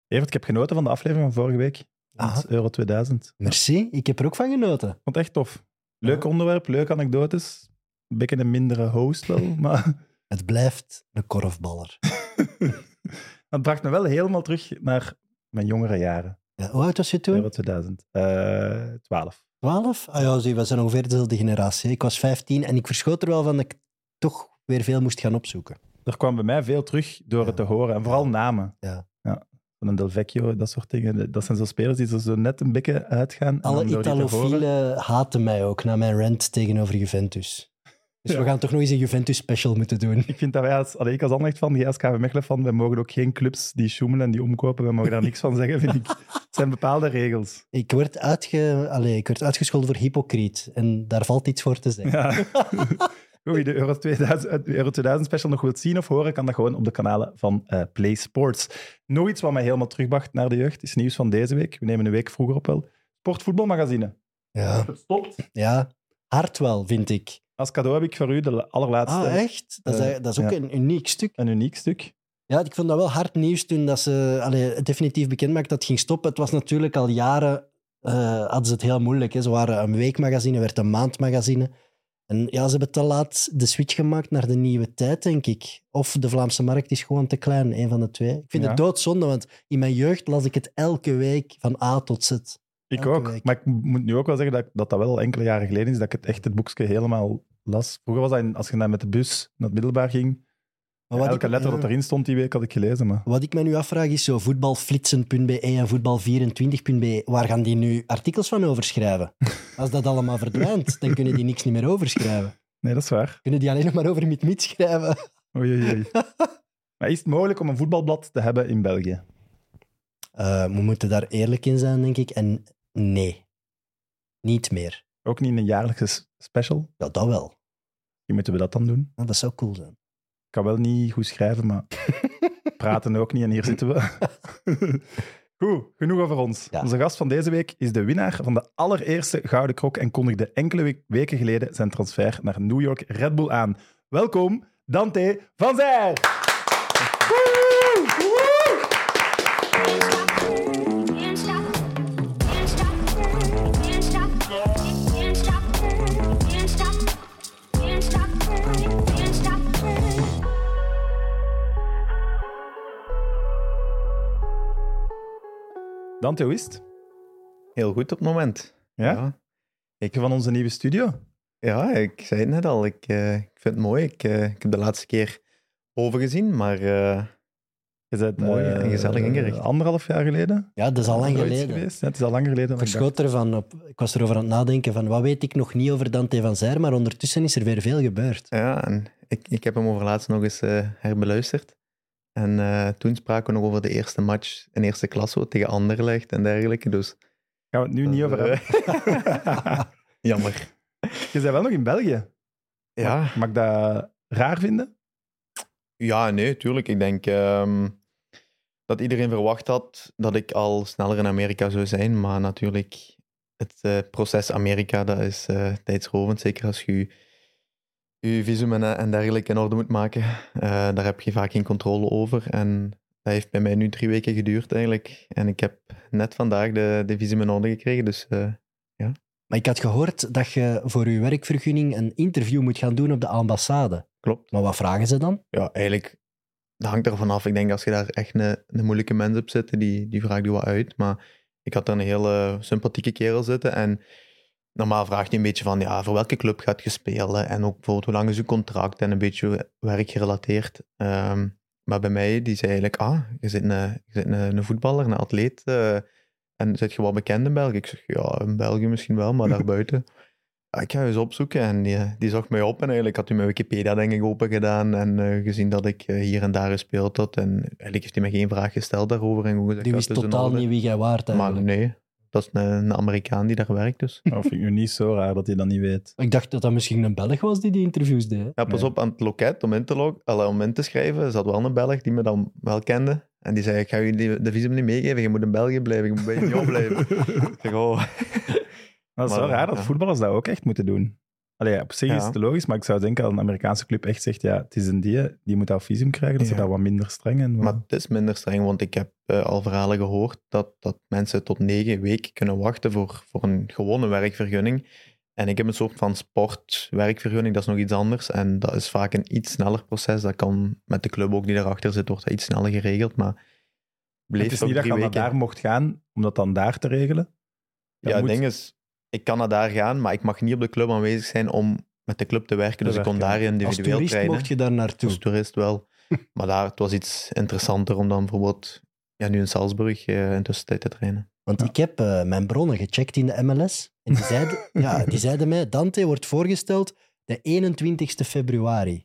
Evert, ik heb genoten van de aflevering van vorige week. Aha. Euro 2000. Merci, ik heb er ook van genoten. Ik vond het echt tof. Leuk onderwerp, leuke anekdotes. Een beetje een mindere host wel, maar... Het blijft een korfballer. Het bracht me wel helemaal terug naar mijn jongere jaren. Ja, hoe oud was je toen? Euro 2000. 12. 12? Ah ja, zie, we zijn ongeveer dezelfde generatie. Ik was 15 en ik verschoot er wel van dat ik toch weer veel moest gaan opzoeken. Er kwam bij mij veel terug door het te horen. En vooral namen. Ja. Van een Del Vecchio, dat soort dingen. Dat zijn zo spelers die er zo net een beetje uitgaan. En Alle dan door die te horen- Italofielen haten mij ook na mijn rant tegenover Juventus. Dus Ja. we gaan toch nog eens een Juventus-special moeten doen. Ik vind dat wij ik als Anderlecht van, jij als KV Mechelen van, wij mogen ook geen clubs die sjoemelen en die omkopen. Wij mogen daar niks van zeggen, vind ik. Het zijn bepaalde regels. Ik werd uitgescholden voor hypocriet en daar valt iets voor te zeggen. Ja. Goed, wie de Euro 2000 special nog wilt zien of horen, kan dat gewoon op de kanalen van Play Sports. Nog iets wat mij helemaal terugbracht naar de jeugd is nieuws van deze week. We nemen een week vroeger op wel. Sportvoetbalmagazine. Ja. Stopt. Ja, hard wel, vind ik. Als cadeau heb ik voor u de allerlaatste. Ah, echt? Dat is ook ja. een uniek stuk. Een uniek stuk. Ja, ik vond dat wel hard nieuws toen dat ze het definitief bekend maakten dat het ging stoppen. Het was natuurlijk al jaren, hadden ze het heel moeilijk. Hè. Ze waren een weekmagazine, werd een maandmagazine. En ja, ze hebben te laat de switch gemaakt naar de nieuwe tijd, denk ik. Of de Vlaamse markt is gewoon te klein, een van de twee. Ik vind Ja. het doodzonde, want in mijn jeugd las ik het elke week van A tot Z. Ik Elke ook. week. Maar ik moet nu ook wel zeggen dat wel al enkele jaren geleden is dat ik het boekje helemaal las. Vroeger was dat als je met de bus naar het middelbaar ging. Maar wat Elke ik- letter ja. dat erin stond die week had ik gelezen. Maar... Wat ik me nu afvraag is zo voetbalflitsen.be en voetbal24.be, waar gaan die nu artikels van overschrijven? Als dat allemaal verdwijnt, dan kunnen die niks niet meer overschrijven. Nee, dat is waar. Kunnen die alleen nog maar over Mit schrijven? Oei, oei, oei. Maar is het mogelijk om een voetbalblad te hebben in België? We moeten daar eerlijk in zijn, denk ik. En nee, niet meer. Ook niet in een jaarlijkse special? Ja, dat wel. Hoe moeten we dat dan doen? Ja, dat zou cool zijn. Ik kan wel niet goed schrijven, maar praten ook niet. En hier zitten we. Goed, genoeg over ons. Ja. Onze gast van deze week is de winnaar van de allereerste Gouden Krok en kondigde enkele weken geleden zijn transfer naar New York Red Bull aan. Welkom, Dante van Zijl! Dante, hoe is het? Heel goed op het moment. Ja? Ik van onze nieuwe studio. Ja, ik zei het net al. Ik vind het mooi. Ik heb de laatste keer boven gezien, maar Je bent Mooi en gezellig ingericht. 1,5 jaar geleden. Ja, dat is al lang Zoiets geleden. geweest. Ja, het is al lang geleden. Ik maar ik verschoot ervan op. Ik was erover aan het nadenken van wat weet ik nog niet over Dante van Zijr, maar ondertussen is er weer veel gebeurd. ja, en ik heb hem over laatst nog eens herbeluisterd. En toen spraken we nog over de eerste match in eerste klasse tegen Anderlecht en dergelijke. Dus gaan we het nu niet over hebben. jammer. Je bent wel nog in België. Ja. Mag ik dat raar vinden? Ja, nee, tuurlijk. Ik denk dat iedereen verwacht had dat ik al sneller in Amerika zou zijn. Maar natuurlijk, het proces Amerika, dat is tijdsrovend. Zeker als je je visum en dergelijke in orde moet maken. Daar heb je vaak geen controle over. En dat heeft bij mij nu 3 weken geduurd eigenlijk. En ik heb net vandaag de visum in orde gekregen. Dus Maar ik had gehoord dat je voor je werkvergunning een interview moet gaan doen op de ambassade. klopt. Maar wat vragen ze dan? Ja, eigenlijk, dat hangt ervan af. Ik denk als je daar echt een moeilijke mens op zit, die vraagt je wat uit. Maar ik had daar een hele sympathieke kerel zitten. En normaal vraagt hij een beetje van, ja, voor welke club gaat je spelen? En ook bijvoorbeeld, hoe lang is je contract? En een beetje werkgerelateerd. Maar bij mij, die zei eigenlijk, je zit een voetballer, een atleet. En zit je wel bekend in België? Ik zeg, ja, in België misschien wel, maar daarbuiten. Ja, ik ga eens opzoeken en die zocht mij op en eigenlijk had hij mijn Wikipedia denk ik open gedaan en gezien dat ik hier en daar gespeeld had en eigenlijk heeft hij me geen vraag gesteld daarover. En gezegd, Die ja, wist het is in totaal orde. niet wie jij waart Maar eigenlijk. nee, dat is een Amerikaan die daar werkt dus. Dat vind ik nu niet zo raar dat hij dat niet weet. Ik dacht dat dat misschien een Belg was die interviews deed. Ja, pas Nee. op, aan het loket om in te schrijven zat wel een Belg die me dan wel kende. En die zei, ik ga je de visum niet meegeven, je moet in België blijven, je moet bij je job blijven. Ik zeg, oh. Dat is Maar, wel raar dat ja. voetballers dat ook echt moeten doen. Allee, op zich is het logisch, maar ik zou denken dat een Amerikaanse club echt zegt, ja, het is een die moet dat visum krijgen, dat ze daar wat minder streng en Maar het is minder streng, want ik heb al verhalen gehoord dat mensen tot 9 weken kunnen wachten voor een gewone werkvergunning. En ik heb een soort van sportwerkvergunning, dat is nog iets anders. En dat is vaak een iets sneller proces. Dat kan met de club ook die daarachter zit, wordt dat iets sneller geregeld. Maar het is niet dat je naar daar mocht gaan, om dat dan daar te regelen? Het ding is, ik kan naar daar gaan, maar ik mag niet op de club aanwezig zijn om met de club te werken. Dus ik kon daar individueel trainen. Als toerist mocht je daar naartoe. Als toerist wel. Maar het was iets interessanter om dan bijvoorbeeld nu in Salzburg in tussentijd te trainen. Want ik heb mijn bronnen gecheckt in de MLS. En die zeiden mij, Dante wordt voorgesteld de 21 februari.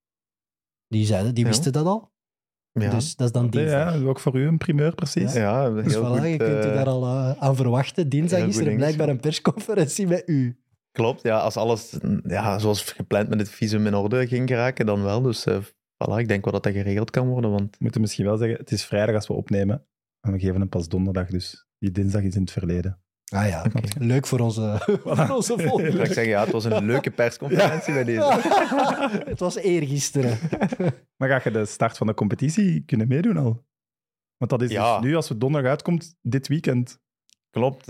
Die wisten dat al. Ja. Dus dat is dan dinsdag. Ja, ook voor u een primeur, precies. Ja, heel dus voilà, goed. Je kunt u daar al aan verwachten. Dinsdag is er blijkbaar een persconferentie met u. Klopt, ja. Als alles zoals gepland met het visum in orde ging geraken, dan wel. Dus voilà, ik denk wel dat dat geregeld kan worden. Want... We moeten misschien wel zeggen, het is vrijdag als we opnemen. En we geven hem pas donderdag, dus die dinsdag is in het verleden. Ah ja, leuk voor onze volgers. Ik zeg het was een leuke persconferentie bij deze. Het was eergisteren. Maar ga je de start van de competitie kunnen meedoen al? Want dat is dus nu, als het donderdag uitkomt, dit weekend. Klopt.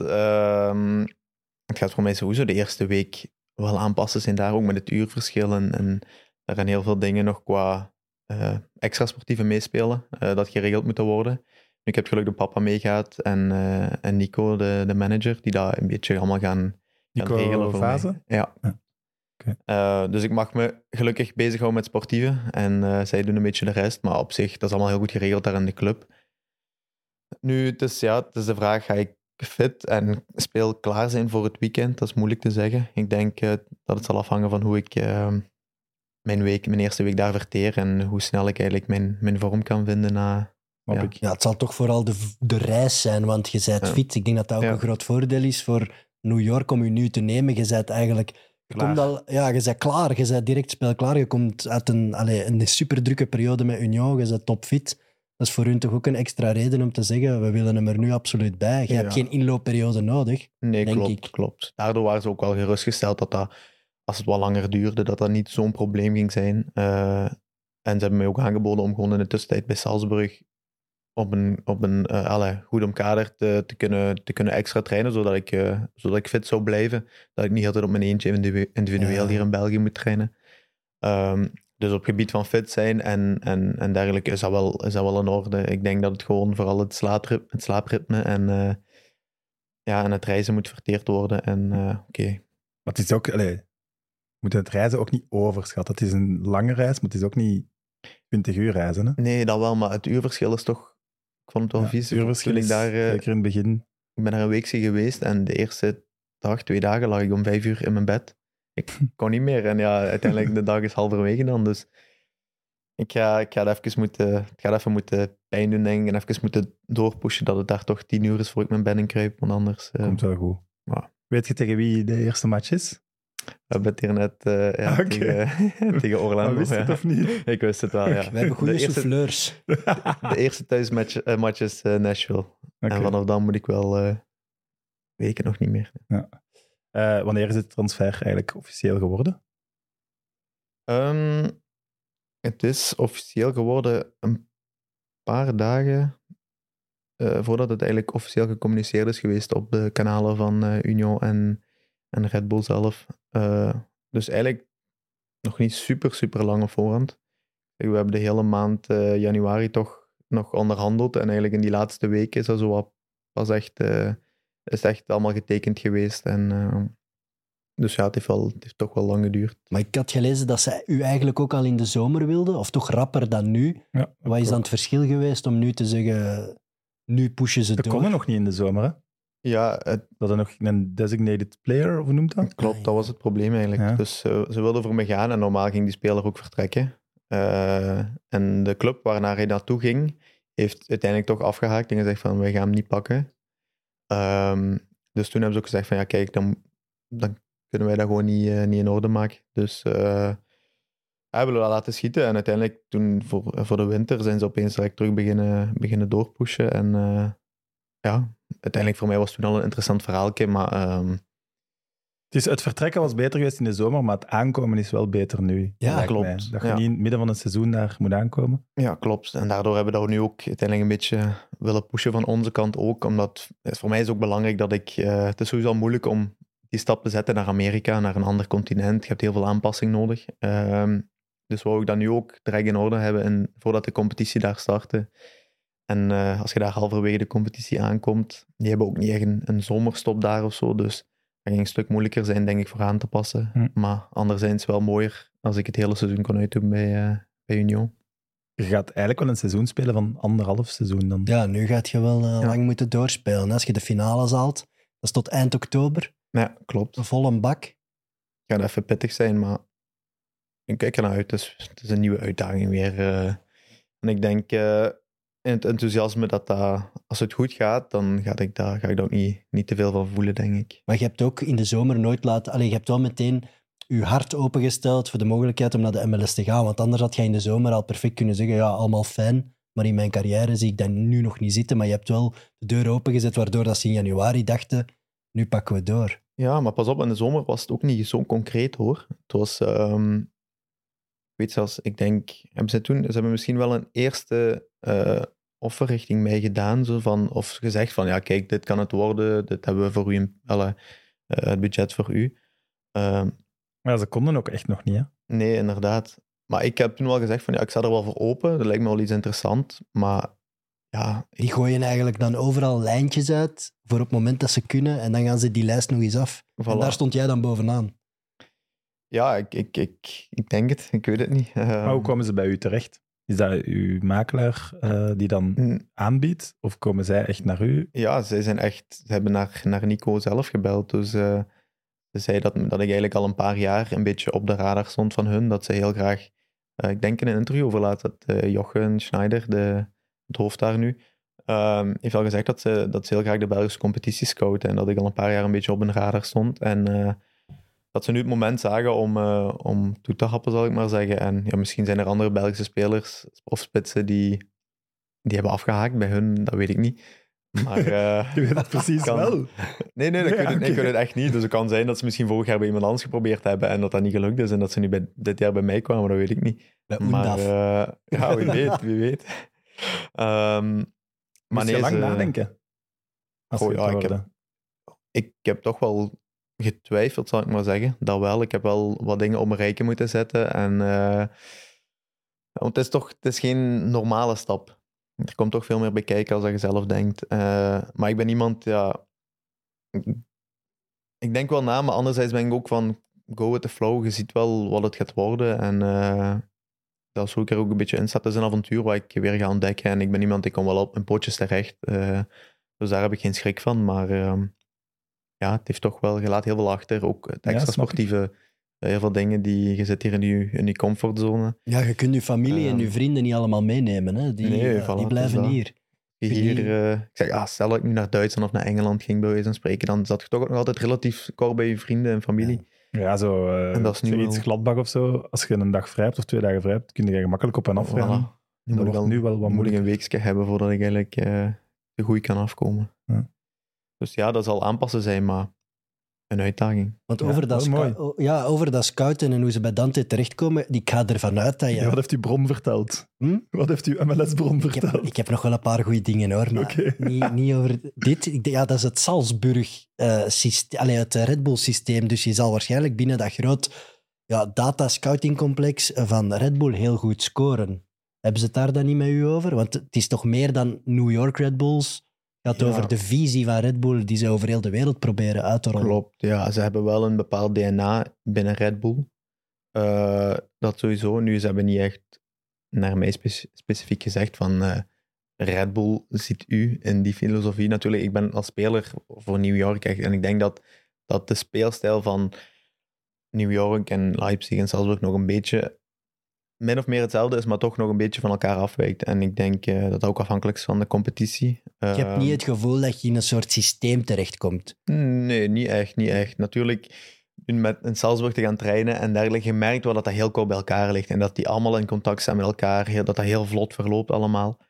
Het gaat voor mij sowieso de eerste week wel aanpassen zijn daar ook met het uurverschil. En er gaan heel veel dingen nog qua extra sportieve meespelen dat geregeld moeten worden. Ik heb gelukkig de papa meegaat en Nico, de manager, die dat een beetje allemaal gaan regelen voor mij. Ja. Okay. Dus ik mag me gelukkig bezighouden met sportieve en zij doen een beetje de rest, maar op zich, dat is allemaal heel goed geregeld daar in de club. Nu, het is de vraag, ga ik fit en speel klaar zijn voor het weekend? Dat is moeilijk te zeggen. Ik denk dat het zal afhangen van hoe ik mijn eerste week daar verteer en hoe snel ik eigenlijk mijn vorm kan vinden na... Ja, het zal toch vooral de reis zijn, want je bent fit. Ik denk dat dat ook een groot voordeel is voor New York om je nu te nemen. Je bent eigenlijk... je bent klaar. Je bent direct speelklaar. Je komt uit een superdrukke periode met Union. Je bent topfit. Dat is voor hun toch ook een extra reden om te zeggen, we willen hem er nu absoluut bij. Je hebt geen inloopperiode nodig, Nee, klopt. Daardoor waren ze ook wel gerustgesteld dat als het wat langer duurde, dat niet zo'n probleem ging zijn. En ze hebben mij ook aangeboden om gewoon in de tussentijd bij Salzburg op een goed omkaderd te kunnen extra trainen, zodat ik fit zou blijven. Dat ik niet altijd op mijn eentje individueel hier in België moet trainen. Dus op het gebied van fit zijn en dergelijke is dat wel in orde. Ik denk dat het gewoon vooral het slaapritme en het reizen moet verteerd worden. Maar het is ook... we moeten het reizen ook niet overschatten. Het is een lange reis, maar het is ook niet 20 uur reizen. Hè? Nee, dat wel, maar het uurverschil is toch... Ik vond het wel vies. Het uurverschil is zeker in het begin. Ik ben daar een weekje geweest en de eerste 2 dagen lag ik om 5 uur in mijn bed. Ik kon niet meer. En uiteindelijk de dag is halverwege dan. Dus ik ga het even moeten pijn doen, denk ik. En even moeten doorpushen dat het daar toch 10 uur is voor ik mijn bed in kruip. Want anders... Komt wel goed. Ja. Weet je tegen wie de eerste match is? We hebben het hier net tegen Orlando. Wist je het of niet? Ik wist het wel, ja. We hebben goede souffleurs. De eerste thuismatch is Nashville. Okay. En vanaf dan moet ik wel weken nog niet meer. Ja. Wanneer is het transfer eigenlijk officieel geworden? Het is officieel geworden een paar dagen voordat het eigenlijk officieel gecommuniceerd is geweest op de kanalen van Union en Red Bull zelf. Dus eigenlijk nog niet super lang op voorhand. We hebben de hele maand januari toch nog onderhandeld en eigenlijk in die laatste weken is dat zo wat pas echt... is echt allemaal getekend geweest. Dus ja, het heeft toch wel lang geduurd. Maar ik had gelezen dat ze u eigenlijk ook al in de zomer wilden, of toch rapper dan nu. Ja, wat is dan het verschil geweest om nu te zeggen, nu pushen ze door? Dat konden nog niet in de zomer, hè? Ja. Dat er nog een designated player, of hoe noemt dat? Klopt, dat was het probleem eigenlijk. Ja. Dus ze wilden voor me gaan en normaal ging die speler ook vertrekken. En de club waarnaar hij naartoe ging, heeft uiteindelijk toch afgehaakt en gezegd van, wij gaan hem niet pakken. Dus toen hebben ze ook gezegd van ja, kijk, dan kunnen wij dat gewoon niet in orde maken. Dus we willen dat laten schieten. En uiteindelijk toen voor de winter zijn ze opeens direct terug beginnen doorpushen. En uiteindelijk voor mij was het toen al een interessant verhaaltje. Maar Het vertrekken was beter geweest in de zomer, maar het aankomen is wel beter nu. Ja, lijkt klopt. mij. Dat je Ja. niet in het midden van het seizoen daar moet aankomen. Ja, klopt. En daardoor hebben we dat nu ook uiteindelijk een beetje willen pushen van onze kant ook. Omdat voor mij is het ook belangrijk dat ik... het is sowieso moeilijk om die stap te zetten naar Amerika, naar een ander continent. Je hebt heel veel aanpassing nodig. Dus wou ik dat nu ook direct in orde hebben voordat de competitie daar startte. En als je daar halverwege de competitie aankomt, die hebben ook niet echt een zomerstop daar of zo. Dus dat ging een stuk moeilijker zijn, denk ik, voor aan te passen. Maar anderzijds wel mooier als ik het hele seizoen kon uitdoen bij Union. Je gaat eigenlijk wel een seizoen spelen van 1,5 seizoen dan. Ja, nu gaat je wel lang moeten doorspelen. Als je de finale haalt, dat is tot eind oktober. Ja, klopt. Een volle bak. Het gaat even pittig zijn, maar ik kijk er naar uit. Het is een nieuwe uitdaging weer. En ik denk, in het enthousiasme dat als het goed gaat, dan ga ik daar ook niet te veel van voelen, denk ik. Maar je hebt ook in de zomer nooit je hebt wel meteen je hart opengesteld voor de mogelijkheid om naar de MLS te gaan. Want anders had je in de zomer al perfect kunnen zeggen, ja, allemaal fijn, maar in mijn carrière zie ik dat nu nog niet zitten. Maar je hebt wel de deur opengezet, waardoor dat ze in januari dachten, nu pakken we door. Ja, maar pas op, in de zomer was het ook niet zo concreet, hoor. Het was... ik weet zelfs, ik denk... Ze hebben misschien wel een eerste offer richting mij gedaan, zo van, of gezegd van, ja, kijk, dit kan het worden, dit hebben we voor u, het budget voor u. Maar ze konden ook echt nog niet, hè? Nee, inderdaad. Maar ik heb toen wel gezegd van, ja, ik sta er wel voor open, dat lijkt me wel iets interessant, maar ja... Die gooien eigenlijk dan overal lijntjes uit voor op het moment dat ze kunnen en dan gaan ze die lijst nog eens af. Voilà. En daar stond jij dan bovenaan. Ja, ik denk het. Ik weet het niet. Maar hoe komen ze bij u terecht? Is dat uw makelaar die dan aanbiedt? Of komen zij echt naar u? Ja, ze hebben naar Nico zelf gebeld. Dus ze zei dat ik eigenlijk al een paar jaar een beetje op de radar stond van hun. Dat ze heel graag, ik denk in een interview over laat, dat Jochen Schneider, het hoofd daar nu, heeft al gezegd dat ze heel graag de Belgische competitie scouten. En dat ik al een paar jaar een beetje op hun radar stond. En dat ze nu het moment zagen om toe te happen, zal ik maar zeggen. En ja, misschien zijn er andere Belgische spelers of spitsen die hebben afgehaakt bij hun, dat weet ik niet. Maar, je weet het precies wel. Nee, ik weet het echt niet. Dus het kan zijn dat ze misschien vorig jaar bij iemand anders geprobeerd hebben en dat dat niet gelukt is en dat ze nu dit jaar bij mij kwamen, dat weet ik niet. Bij maar ja, wie weet. Maar nee, lang nadenken. Ik heb toch wel getwijfeld, zal ik maar zeggen. Dat wel. Ik heb wel wat dingen op mijn rijtje moeten zetten. En, want het is geen normale stap. Er komt toch veel meer bij kijken als je zelf denkt. Maar ik ben iemand, ja... Ik denk wel na, maar anderzijds ben ik ook van go with the flow. Je ziet wel wat het gaat worden. En dat is hoe ik er ook een beetje in sta. Het is een avontuur waar ik weer ga ontdekken. En ik ben iemand, ik kom wel op mijn pootjes terecht. Dus daar heb ik geen schrik van. Maar ja, het heeft toch wel... Je laat heel veel achter. Ook het extra sportieve... Heel veel dingen die... Je zit hier in je comfortzone. Ja, je kunt je familie en je vrienden niet allemaal meenemen. Hè? Die blijven hier. Ik zeg, stel dat ik nu naar Duitsland of naar Engeland ging, bij wijze van spreken, dan zat je toch ook nog altijd relatief kort bij je vrienden en familie. Ja, zo en dat is nu iets Gladbach of zo. Als je een dag vrij hebt of 2 dagen vrij hebt, kun je gemakkelijk op en af gaan. Nu moet ik een weekje hebben voordat ik eigenlijk de goeie kan afkomen. Ja. Dus ja, dat zal aanpassen zijn, maar een uitdaging. Want over dat scouten en hoe ze bij Dante terechtkomen, ik ga ervan uit dat je... Ja, wat heeft uw bron verteld? Wat heeft uw MLS-bron verteld? Ik heb nog wel een paar goede dingen, hoor. Maar niet over dit. Dat is het Salzburg-systeem, het Red Bull-systeem. Dus je zal waarschijnlijk binnen dat groot data-scouting-complex van Red Bull heel goed scoren. Hebben ze het daar dan niet met u over? Want het is toch meer dan New York Red Bulls... Het gaat over de visie van Red Bull die ze over heel de wereld proberen uit te rollen. Klopt, ja. Ze hebben wel een bepaald DNA binnen Red Bull. Dat sowieso. Nu, ze hebben niet echt naar mij specifiek gezegd van Red Bull ziet u in die filosofie. Natuurlijk, ik ben als speler voor New York echt, en ik denk dat de speelstijl van New York en Leipzig en Salzburg nog een beetje min of meer hetzelfde is, maar toch nog een beetje van elkaar afwijkt. En ik denk dat dat ook afhankelijk is van de competitie. Je hebt niet het gevoel dat je in een soort systeem terechtkomt? Nee, niet echt. Natuurlijk, met in Salzburg te gaan trainen en dergelijke, je merkt wel dat dat heel kort bij elkaar ligt en dat die allemaal in contact zijn met elkaar, dat heel vlot verloopt allemaal.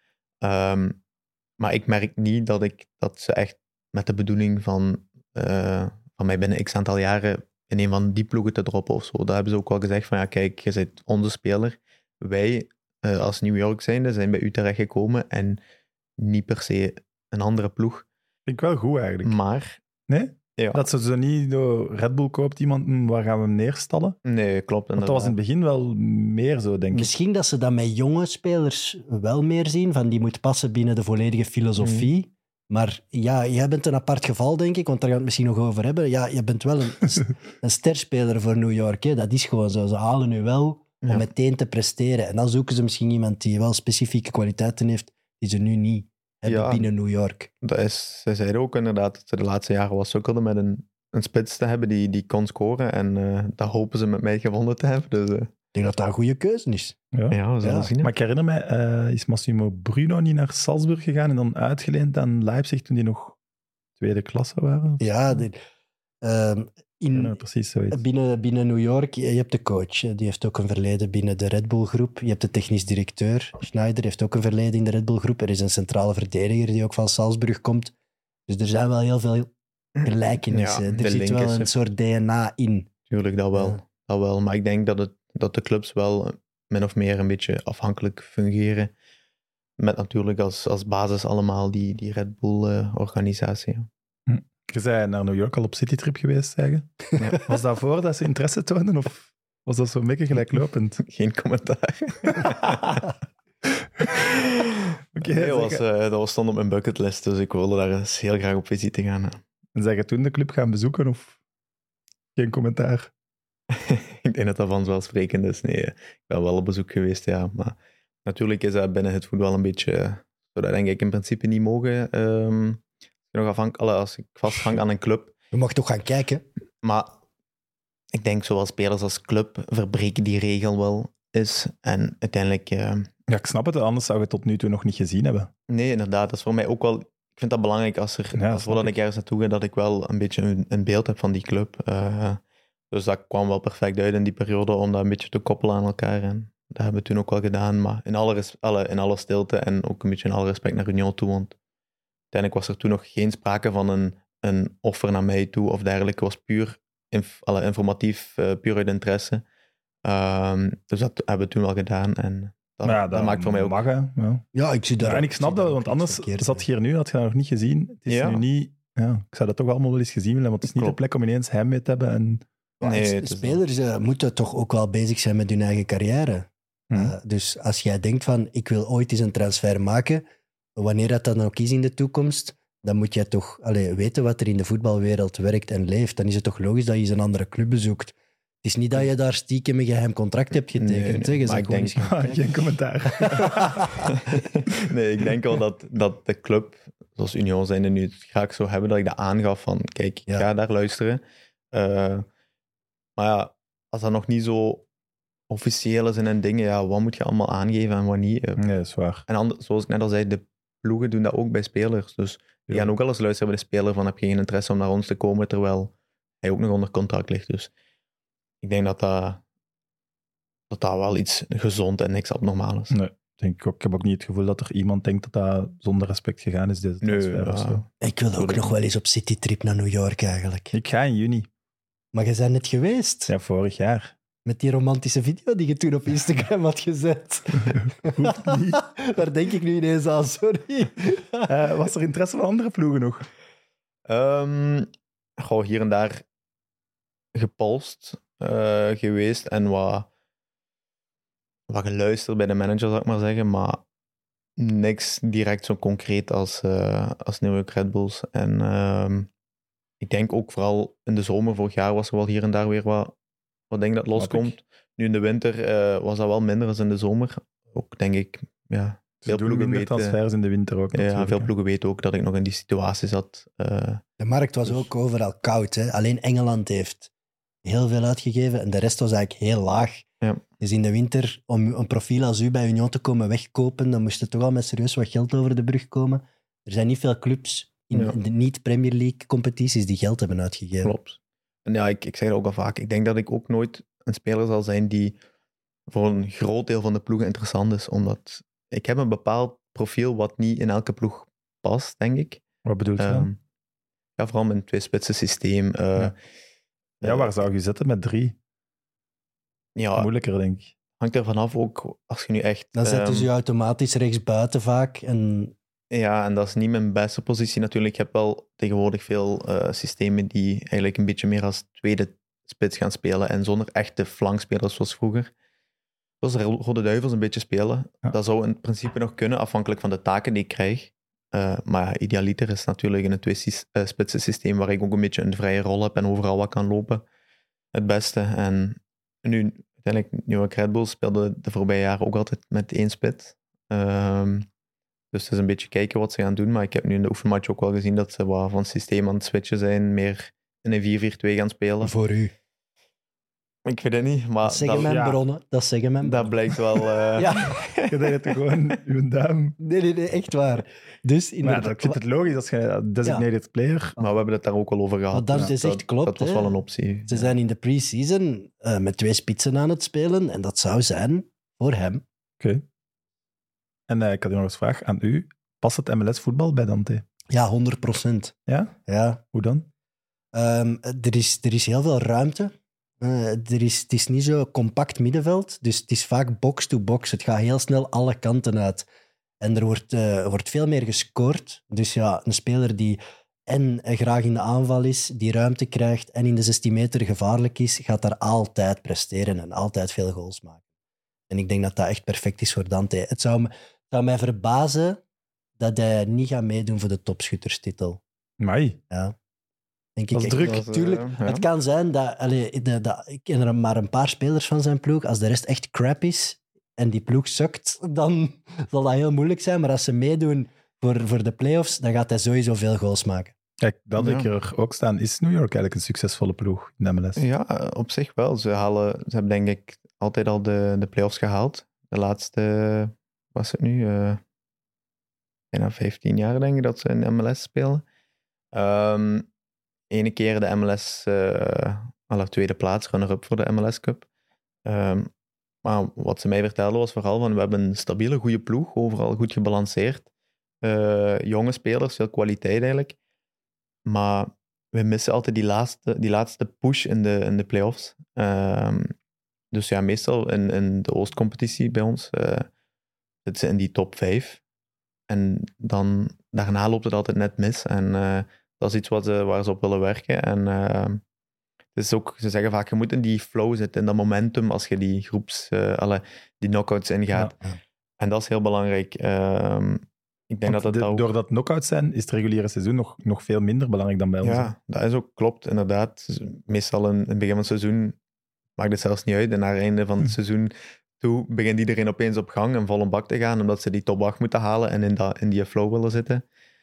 Maar ik merk niet dat ze echt met de bedoeling van mij binnen x aantal jaren in een van die ploegen te droppen of zo. Daar hebben ze ook wel gezegd van, ja kijk, je bent onze speler. Wij, als New York zijnde, zijn bij u terechtgekomen en niet per se een andere ploeg. Vind ik wel goed eigenlijk. Maar... Nee? Ja. Dat ze zo niet door Red Bull koopt iemand, waar gaan we hem neerstallen? Nee, klopt. Want dat was in het begin wel meer zo, denk ik. Misschien dat ze dat met jonge spelers wel meer zien, van die moet passen binnen de volledige filosofie. Maar ja, jij bent een apart geval, denk ik, want daar gaan we het misschien nog over hebben. Ja, je bent wel een sterspeler voor New York. Hè. Dat is gewoon zo. Ze halen nu wel om meteen te presteren. En dan zoeken ze misschien iemand die wel specifieke kwaliteiten heeft, die ze nu niet hebben binnen New York. Zij zeiden ook inderdaad dat ze de laatste jaren wel sukkelden met een spits te hebben die kon scoren. En dat hopen ze met mij gevonden te hebben. Dus, ik denk dat dat een goede keuze is. Ja, we zullen zien. Hè. Maar ik herinner mij, is Massimo Bruno niet naar Salzburg gegaan en dan uitgeleend aan Leipzig toen die nog tweede klasse waren? Ja, precies zoiets. Binnen New York, je hebt de coach. Die heeft ook een verleden binnen de Red Bull groep. Je hebt de technisch directeur. Schneider heeft ook een verleden in de Red Bull groep. Er is een centrale verdediger die ook van Salzburg komt. Dus er zijn wel heel veel gelijkenissen. Er zit wel een soort DNA in. Tuurlijk, dat wel. Ja. Dat wel. Maar ik denk dat de clubs wel min of meer een beetje afhankelijk fungeren. Met natuurlijk als basis allemaal die Red Bull-organisatie. Je zei naar New York al op citytrip geweest, zeggen. Ja. Was dat voor dat ze interesse toonden of was dat zo'n beetje gelijklopend? Geen commentaar. Dat stond op mijn bucketlist, dus ik wilde daar eens heel graag op visite gaan. En zeg je toen de club gaan bezoeken of geen commentaar? Ik denk dat dat vanzelfsprekend is. Nee, ik ben wel op bezoek geweest, ja. Maar natuurlijk is dat binnen het voetbal een beetje... Zou dat denk ik in principe niet mogen... als ik vasthang aan een club. Je mag toch gaan kijken. Maar ik denk, zowel spelers als club verbreken die regel wel eens. En uiteindelijk... Ja, ik snap het. Anders zou je het tot nu toe nog niet gezien hebben. Nee, inderdaad. Dat is voor mij ook wel... Ik vind dat belangrijk voordat ik ergens naartoe ga, dat ik wel een beetje een beeld heb van die club. Dus dat kwam wel perfect uit in die periode om dat een beetje te koppelen aan elkaar. En dat hebben we toen ook wel gedaan. Maar in alle stilte en ook een beetje in alle respect naar Union toe. Want uiteindelijk was er toen nog geen sprake van een offer naar mij toe of dergelijke. Het was puur informatief, puur uit interesse. Dus dat hebben we toen wel gedaan. En dat maakt voor mij ook... Ja, ik zie dat. En ik snap dat, want anders zat je hier nu, had je dat nog niet gezien. Het is nu niet... Ja, ik zou dat toch allemaal wel eens gezien willen, want het is niet de plek om ineens hem mee te hebben. En... Nee, spelers moeten toch ook wel bezig zijn met hun eigen carrière. Dus als jij denkt van, ik wil ooit eens een transfer maken, wanneer dat dan ook is in de toekomst, dan moet jij toch weten wat er in de voetbalwereld werkt en leeft. Dan is het toch logisch dat je eens een andere club bezoekt. Het is niet dat je daar stiekem een geheim contract hebt getekend. Nee, maar ik denk... geen commentaar. Nee, ik denk wel dat de club, zoals Union zijnde nu het graag zou hebben, dat ik dat aangaf van, kijk, ik ga daar luisteren. Maar ja, als dat nog niet zo officieel is en dingen, ja, wat moet je allemaal aangeven en wat niet? Nee, dat is waar. En zoals ik net al zei, de ploegen doen dat ook bij spelers. Dus die gaan ook wel eens luisteren bij de speler van, heb je geen interesse om naar ons te komen, terwijl hij ook nog onder contract ligt. Dus ik denk dat wel iets gezond en niks abnormaal is. Nee, denk ik ook. Ik heb ook niet het gevoel dat er iemand denkt dat zonder respect gegaan is, deze transfer of zo. Ik wil ook nog wel eens op citytrip naar New York eigenlijk. Ik ga in juni. Maar je bent net geweest. Ja, vorig jaar. Met die romantische video die je toen op Instagram had gezet. Hoeft niet. Daar denk ik nu ineens aan, sorry. Was er interesse van andere ploegen nog? Hier en daar gepolst geweest en wat geluisterd bij de manager, zou ik maar zeggen, maar niks direct zo concreet als New York Red Bulls. En ik denk ook vooral in de zomer vorig jaar was er wel hier en daar weer wat denk dat loskomt. Nu in de winter was dat wel minder dan in de zomer. Ook denk ik, ja. Veel ploegen weten transfers in de winter ook. Ja, veel ploegen weten ook dat ik nog in die situatie zat. De markt was ook overal koud. Hè? Alleen Engeland heeft heel veel uitgegeven en de rest was eigenlijk heel laag. Ja. Dus in de winter, om een profiel als u bij Union te komen wegkopen, dan moest er toch al met serieus wat geld over de brug komen. Er zijn niet veel clubs in de niet-Premier League-competities die geld hebben uitgegeven. Klopt. En ja, ik zeg dat ook al vaak. Ik denk dat ik ook nooit een speler zal zijn die voor een groot deel van de ploegen interessant is, omdat ik heb een bepaald profiel wat niet in elke ploeg past, denk ik. Wat bedoel je dan? Ja, vooral met een twee-spitsen systeem. Ja, waar zou je zetten met 3? Ja, Moeilijker, denk ik. hangt er vanaf ook als je nu echt... Dan zetten ze je automatisch rechtsbuiten vaak. En Ja, en dat is niet mijn beste positie natuurlijk. Ik heb wel tegenwoordig veel systemen die eigenlijk een beetje meer als tweede spits gaan spelen en zonder echte flankspelers zoals vroeger. Zoals de Rode Duivels een beetje spelen. Ja. Dat zou in principe nog kunnen, afhankelijk van de taken die ik krijg. Maar ja, idealiter is natuurlijk in een twee-spitsen systeem waar ik ook een beetje een vrije rol heb en overal wat kan lopen. Het beste. En nu, uiteindelijk, New York Red Bulls speelde de voorbije jaren ook altijd met 1 spits. Dus het is een beetje kijken wat ze gaan doen. Maar ik heb nu in de oefenmatch ook wel gezien dat ze wat van systeem aan het switchen zijn. Meer in een 4-4-2 gaan spelen. voor u. Ik weet het niet, maar Dat zeggen mijn bronnen. Dat zeggen mijn dat bronnen. blijkt wel... Ja. Je deed het gewoon uw duim. Nee, echt waar. Dus Maar ja, ik vind het logisch als je designated player... Maar we hebben het daar ook al over gehad. Wat dat is echt klopt. Dat was hè. wel een optie. Ze zijn in de pre-season met 2 spitsen aan het spelen. En dat zou zijn voor hem. Oké. En ik had nog eens een vraag aan u. Past het MLS-voetbal bij Dante? Ja, 100%. Ja? Ja. Hoe dan? Er is heel veel ruimte. Het is niet zo compact middenveld, dus het is vaak box-to-box. Het gaat heel snel alle kanten uit. En er wordt veel meer gescoord. Dus ja, een speler die en graag in de aanval is, die ruimte krijgt en in de 16 meter gevaarlijk is, gaat daar altijd presteren en altijd veel goals maken. En ik denk dat dat echt perfect is voor Dante. Het zou mij verbazen dat hij niet gaat meedoen voor de topschutterstitel. Mai. Ja. Denk Dat is echt. druk. Tuurlijk, ja. het kan zijn dat... ik ken er maar een paar spelers van zijn ploeg. Als de rest echt crap is en die ploeg sukt, dan zal dat heel moeilijk zijn. Maar als ze meedoen voor de play-offs, dan gaat hij sowieso veel goals maken. Kijk, dat Ja. ik er ook staan, is New York eigenlijk een succesvolle ploeg in de MLS. Ja, op zich wel. Ze hebben denk ik altijd al de play-offs gehaald. De laatste, was het nu? Bijna 15 jaar denk ik dat ze in de MLS spelen. Ene keer de MLS, tweede plaats, runner-up voor de MLS Cup. Maar wat ze mij vertelden was vooral van, we hebben een stabiele, goede ploeg, overal goed gebalanceerd. Jonge spelers, veel kwaliteit eigenlijk. Maar we missen altijd die laatste push in de play-offs. Dus ja, meestal in de Oostcompetitie bij ons zitten ze in die top 5. En dan, daarna loopt het altijd net mis. En dat is iets waar ze op willen werken. En het is ook, ze zeggen vaak, je moet in die flow zitten, in dat momentum, als je die die knockouts ingaat. Ja. En dat is heel belangrijk. Ik denk dat ook... Doordat knockouts zijn, is het reguliere seizoen nog veel minder belangrijk dan bij ons. Ja, dat is ook klopt, inderdaad. Meestal in het begin van het seizoen maakt het zelfs niet uit. En naar het einde van het seizoen toe begint iedereen opeens op gang en vol een bak te gaan, omdat ze die top 8 moeten halen en in die flow willen zitten.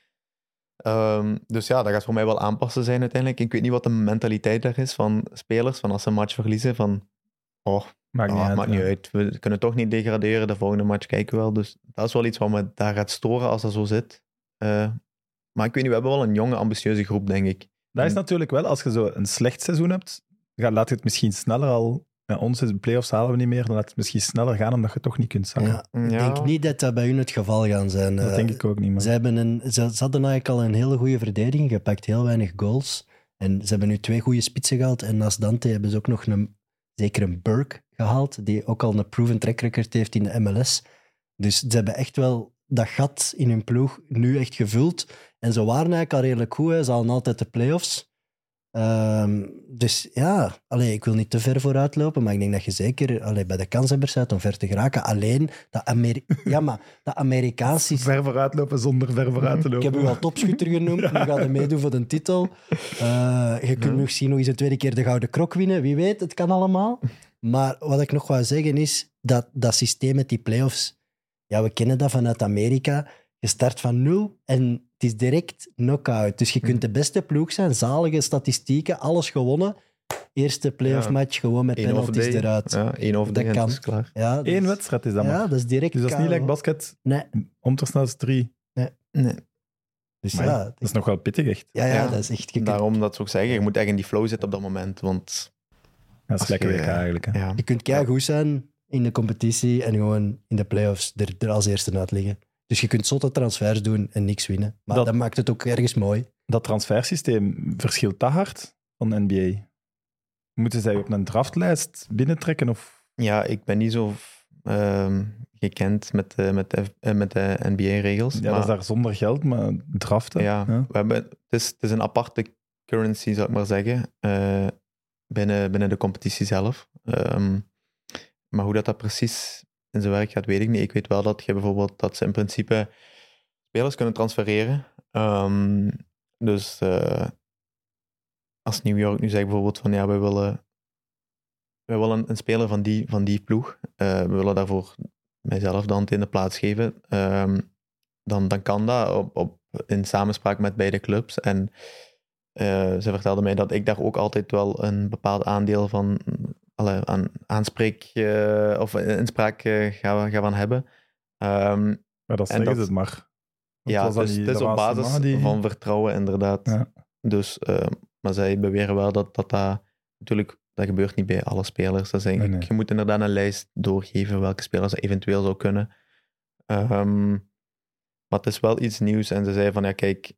Dus ja, dat gaat voor mij wel aanpassen zijn uiteindelijk. Ik weet niet wat de mentaliteit daar is van spelers, van als ze een match verliezen, van maakt niet uit. We kunnen toch niet degraderen, de volgende match kijken we wel. Dus dat is wel iets wat me daar gaat storen als dat zo zit. Maar ik weet niet, we hebben wel een jonge, ambitieuze groep, denk ik. Dat is natuurlijk wel, als je zo een slecht seizoen hebt, laat je het misschien sneller al... Ja, onze play-offs halen we niet meer, dan laat het misschien sneller gaan, omdat je het toch niet kunt zakken. Ja, ik denk niet dat dat bij hun het geval gaat zijn. Dat denk ik ook niet. Maar... Ze hadden eigenlijk al een hele goede verdediging, gepakt heel weinig goals. En ze hebben nu 2 goede spitsen gehaald. En naast Dante hebben ze ook nog zeker een Burke gehaald, die ook al een proven track record heeft in de MLS. Dus ze hebben echt wel dat gat in hun ploeg nu echt gevuld. En ze waren eigenlijk al redelijk goed. Hè. Ze halen altijd de play-offs. Dus ja, ik wil niet te ver vooruit lopen, maar ik denk dat je zeker bij de kanshebbers bent om ver te geraken. Alleen, dat Amerikaanse... Ver vooruit lopen zonder ver vooruit te lopen. Ik heb u al topschutter genoemd, nu gaat hij meedoen voor de titel. Je kunt misschien nog eens een tweede keer de Gouden Krok winnen, wie weet, het kan allemaal. Maar wat ik nog wou zeggen is, dat systeem met die play-offs, ja, we kennen dat vanuit Amerika. Je start van 0 en het is direct knock-out. Dus je kunt de beste ploeg zijn, zalige statistieken, alles gewonnen. Eerste playoff match gewoon met penalties eruit. Ja, 1 over dat kan. Is klaar. Ja, Eén wedstrijd is dat maar. Ja, dat is direct. Dus dat is niet like basket. Nee. Om te snel is 3. Nee. Dus Maar ja, dat is nog wel pittig, echt. Ja, dat is echt... Daarom dat zou ik zeggen, je moet echt in die flow zitten op dat moment. Want Dat is lekker WK eigenlijk. Hè. Ja. Je kunt keigoed zijn in de competitie en gewoon in de playoffs er als eerste uit liggen. Dus je kunt zotte transfers doen en niks winnen. Maar dat maakt het ook ergens mooi. Dat transfersysteem, verschilt dat hard van de NBA? Moeten zij op een draftlijst binnentrekken? Of? Ja, ik ben niet zo gekend met de NBA-regels. Ja, dat is daar zonder geld, maar draften. Ja. Het is een aparte currency, zou ik maar zeggen, binnen de competitie zelf. Maar hoe dat precies in zijn werk gaat, weet ik niet. Ik weet wel dat ze in principe spelers kunnen transfereren. Dus als New York nu zegt bijvoorbeeld van ja, wij willen een speler van die ploeg. We willen daarvoor mijzelf dan in de plaats geven. Dan kan dat in samenspraak met beide clubs. En ze vertelde mij dat ik daar ook altijd wel een bepaald aandeel van aan aanspreek of inspraak ga van hebben. Maar dat zeggen ze het maar. Ja, dus het is op basis van vertrouwen inderdaad. Ja. Dus, maar zij beweren wel dat natuurlijk, dat gebeurt niet bij alle spelers. Dat is je moet inderdaad een lijst doorgeven welke spelers er eventueel zou kunnen. Maar het is wel iets nieuws. En ze zei van, ja kijk,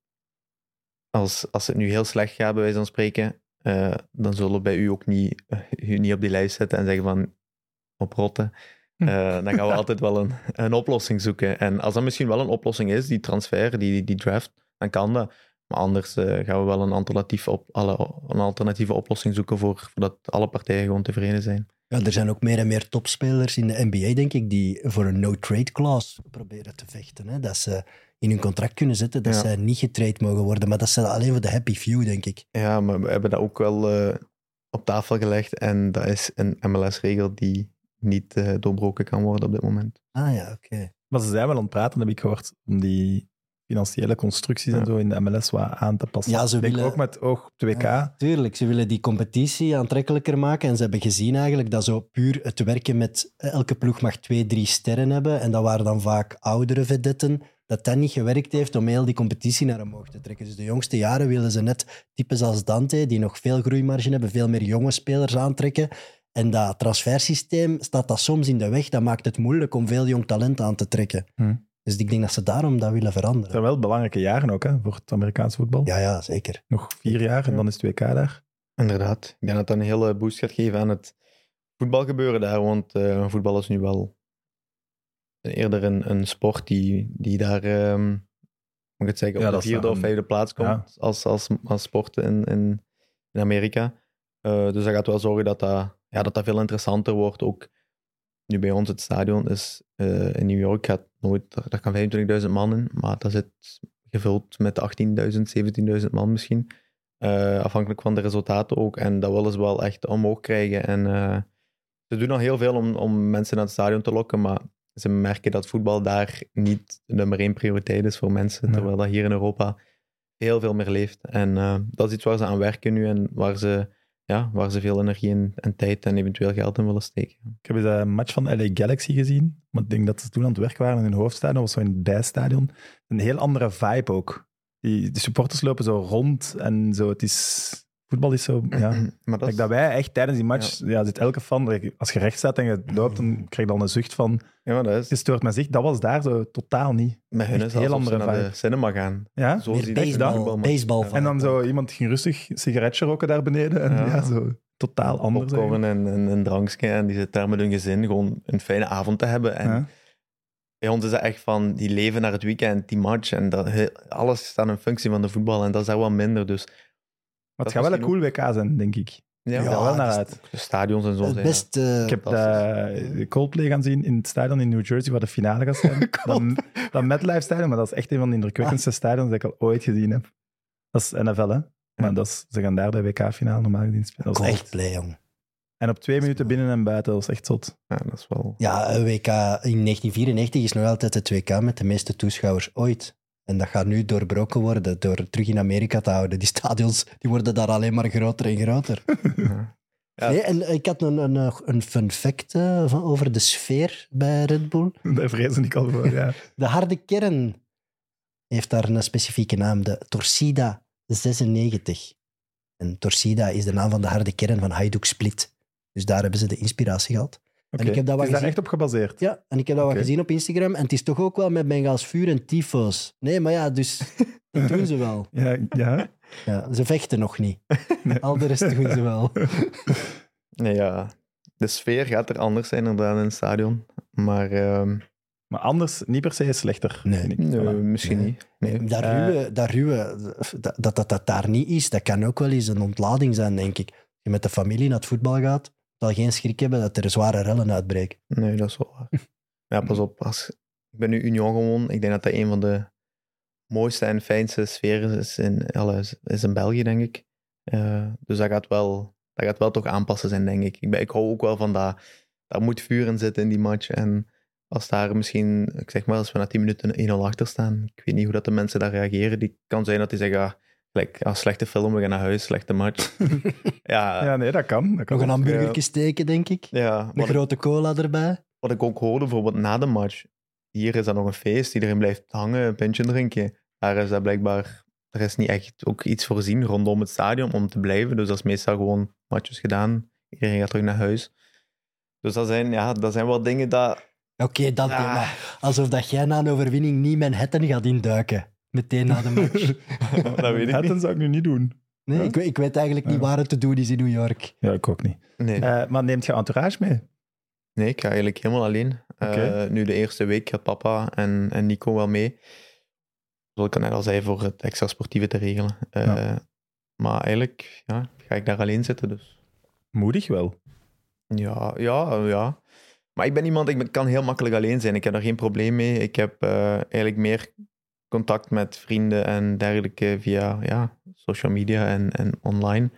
als het nu heel slecht gaat, bij wijze van spreken, dan zullen we bij u ook niet op die lijst zetten en zeggen van, oprotten. Dan gaan we altijd wel een oplossing zoeken. En als dat misschien wel een oplossing is, die transfer, die draft, dan kan dat. Maar anders gaan we wel een alternatieve oplossing zoeken voordat alle partijen gewoon tevreden zijn. Ja, er zijn ook meer en meer topspelers in de NBA, denk ik, die voor een no-trade clause proberen te vechten. Hè? Dat ze in hun contract kunnen zetten dat ze niet getrade mogen worden. Maar dat is alleen voor de happy few, denk ik. Ja, maar we hebben dat ook wel op tafel gelegd. En dat is een MLS-regel die niet doorbroken kan worden op dit moment. Ah ja, oké. Maar ze zijn wel aan het praten, heb ik gehoord, om die financiële constructies en zo in de MLS wat aan te passen. Ja, ze willen ook met oog op de WK. Ja, tuurlijk, ze willen die competitie aantrekkelijker maken en ze hebben gezien eigenlijk dat zo puur het werken met elke ploeg mag 2-3 sterren hebben en dat waren dan vaak oudere vedetten, dat niet gewerkt heeft om heel die competitie naar omhoog te trekken. Dus de jongste jaren wilden ze net types als Dante, die nog veel groeimarge hebben, veel meer jonge spelers aantrekken. En dat transfersysteem staat dat soms in de weg. Dat maakt het moeilijk om veel jong talent aan te trekken. Dus ik denk dat ze daarom dat willen veranderen. Het zijn wel belangrijke jaren ook, hè, voor het Amerikaans voetbal. Ja, zeker. Nog 4 jaar en dan is het WK daar. Inderdaad. Ik denk dat dat een hele boost gaat geven aan het voetbalgebeuren daar. Want voetbal is nu wel eerder een sport die daar, moet ik het zeggen, op de 4e of 5e plaats komt als sport in Amerika. Dus dat gaat wel zorgen dat veel interessanter wordt. Ook nu bij ons het stadion is in New York, daar kan 25.000 man in, maar dat zit gevuld met 18.000, 17.000 man misschien. Afhankelijk van de resultaten ook. En dat willen ze wel echt omhoog krijgen. En ze doen al heel veel om mensen naar het stadion te lokken, maar ze merken dat voetbal daar niet de nummer 1 prioriteit is voor mensen, terwijl dat hier in Europa heel veel meer leeft. En dat is iets waar ze aan werken nu en waar ze veel energie en tijd en eventueel geld in willen steken. Ik heb eens een match van LA Galaxy gezien, maar ik denk dat ze toen aan het werk waren in hun hoofdstadion, of zo in het bijstadion. Een heel andere vibe ook. De supporters lopen zo rond en zo. Voetbal is zo, maar dat wij echt tijdens die match, zit elke fan, als je recht staat en je loopt, dan krijg je dan een zucht van, gestoord met zich. Dat was daar zo totaal niet. Met hun is heel andere vibe. Naar de cinema gaan. Ja? Zo meer baseball. En dan zo iemand ging rustig sigaretje roken daar beneden. En zo totaal anders. Popcorn en een drankje en die zit daar met hun gezin gewoon een fijne avond te hebben. En bij ons is dat echt van, die leven naar het weekend, die match. En alles staat in functie van de voetbal en dat is daar wel minder, dus... Maar het gaat wel een cool WK zijn, denk ik. Ja, wel naar uit. De stadions en zo zijn. Ik heb de Coldplay gaan zien in het stadion in New Jersey, waar de finale gaat zijn. dat MetLife Stadion, maar dat is echt een van de indrukwekkendste stadions dat ik al ooit gezien heb. Dat is NFL, hè? Maar ze gaan daar de WK-finale normaal gezien spelen. Dat is echt Coldplay, jong. En op 2 minuten binnen en buiten, dat is echt zot. Ja, dat is wel... Ja, een WK in 1994 is nog altijd het WK met de meeste toeschouwers ooit. En dat gaat nu doorbroken worden door terug in Amerika te houden. Die stadions die worden daar alleen maar groter en groter. Ja. Nee, en ik had een fun fact over de sfeer bij Red Bull. Daar vrezen ik al voor, ja. De harde kern heeft daar een specifieke naam, de Torcida 96. En Torcida is de naam van de harde kern van Hajduk Split. Dus daar hebben ze de inspiratie gehad. Okay. En ik heb dat is daar echt op gebaseerd? Ja, en ik heb dat wat gezien op Instagram. En het is toch ook wel met Bengaals vuur en tyfo's. Nee, maar ja, dus dat doen ze wel. Ja. Ja, ze vechten nog niet. Al de rest doen ze wel. Nee, ja. De sfeer gaat er anders zijn inderdaad in het stadion. Maar Maar anders niet per se slechter, Nee. vind ik. nee, Voilà. misschien Nee. niet. Nee. Dat ruwe, dat daar niet is, dat kan ook wel eens een ontlading zijn, denk ik. Als je met de familie naar het voetbal gaat, zal geen schrik hebben dat er zware rellen uitbreken. Nee, dat is wel waar. Ja, pas op. Ik ben nu Union gewoon. Ik denk dat dat een van de mooiste en fijnste sferen is in België, denk ik. Dus dat gaat wel toch aanpassen zijn, denk ik. Ik hou ook wel van dat. Daar moet vuur in zitten in die match. En als daar misschien, ik zeg maar, als we na 10 minuten 1-0 achter staan, ik weet niet hoe dat de mensen daar reageren. Die kan zijn dat die zeggen, slechte film, we gaan naar huis, slechte match. Ja, nee, dat kan. Dat kan Nog een ook. hamburgertje steken, denk ik. Ja, Een grote cola erbij. wat ik ook hoorde, bijvoorbeeld na de match, hier is dat nog een feest, iedereen blijft hangen, een pintje drinken. Daar is dat blijkbaar, er is niet echt ook iets voorzien rondom het stadion om te blijven, dus dat is meestal gewoon matches gedaan, iedereen gaat terug naar huis. Dus dat zijn wel dingen dat... Oké, dat Ja. maar alsof dat jij na een overwinning niet Manhattan gaat induiken. Meteen na de match. Dat weet ik Dat niet. zou ik nu niet doen. Nee, Ja. ik weet eigenlijk niet waar het te doen is in New York. Ja, ik ook niet. Nee. Maar neemt je entourage mee? Nee, ik ga eigenlijk helemaal alleen. Oké. Nu de eerste week gaat papa en Nico wel mee. Zoals ik net al zei, voor het extra sportieve te regelen. Ja. Maar eigenlijk ga ik daar alleen zitten. Dus. Moedig wel. Ja. Maar ik ben iemand, ik kan heel makkelijk alleen zijn. Ik heb daar geen probleem mee. Ik heb eigenlijk meer contact met vrienden en dergelijke via social media en online.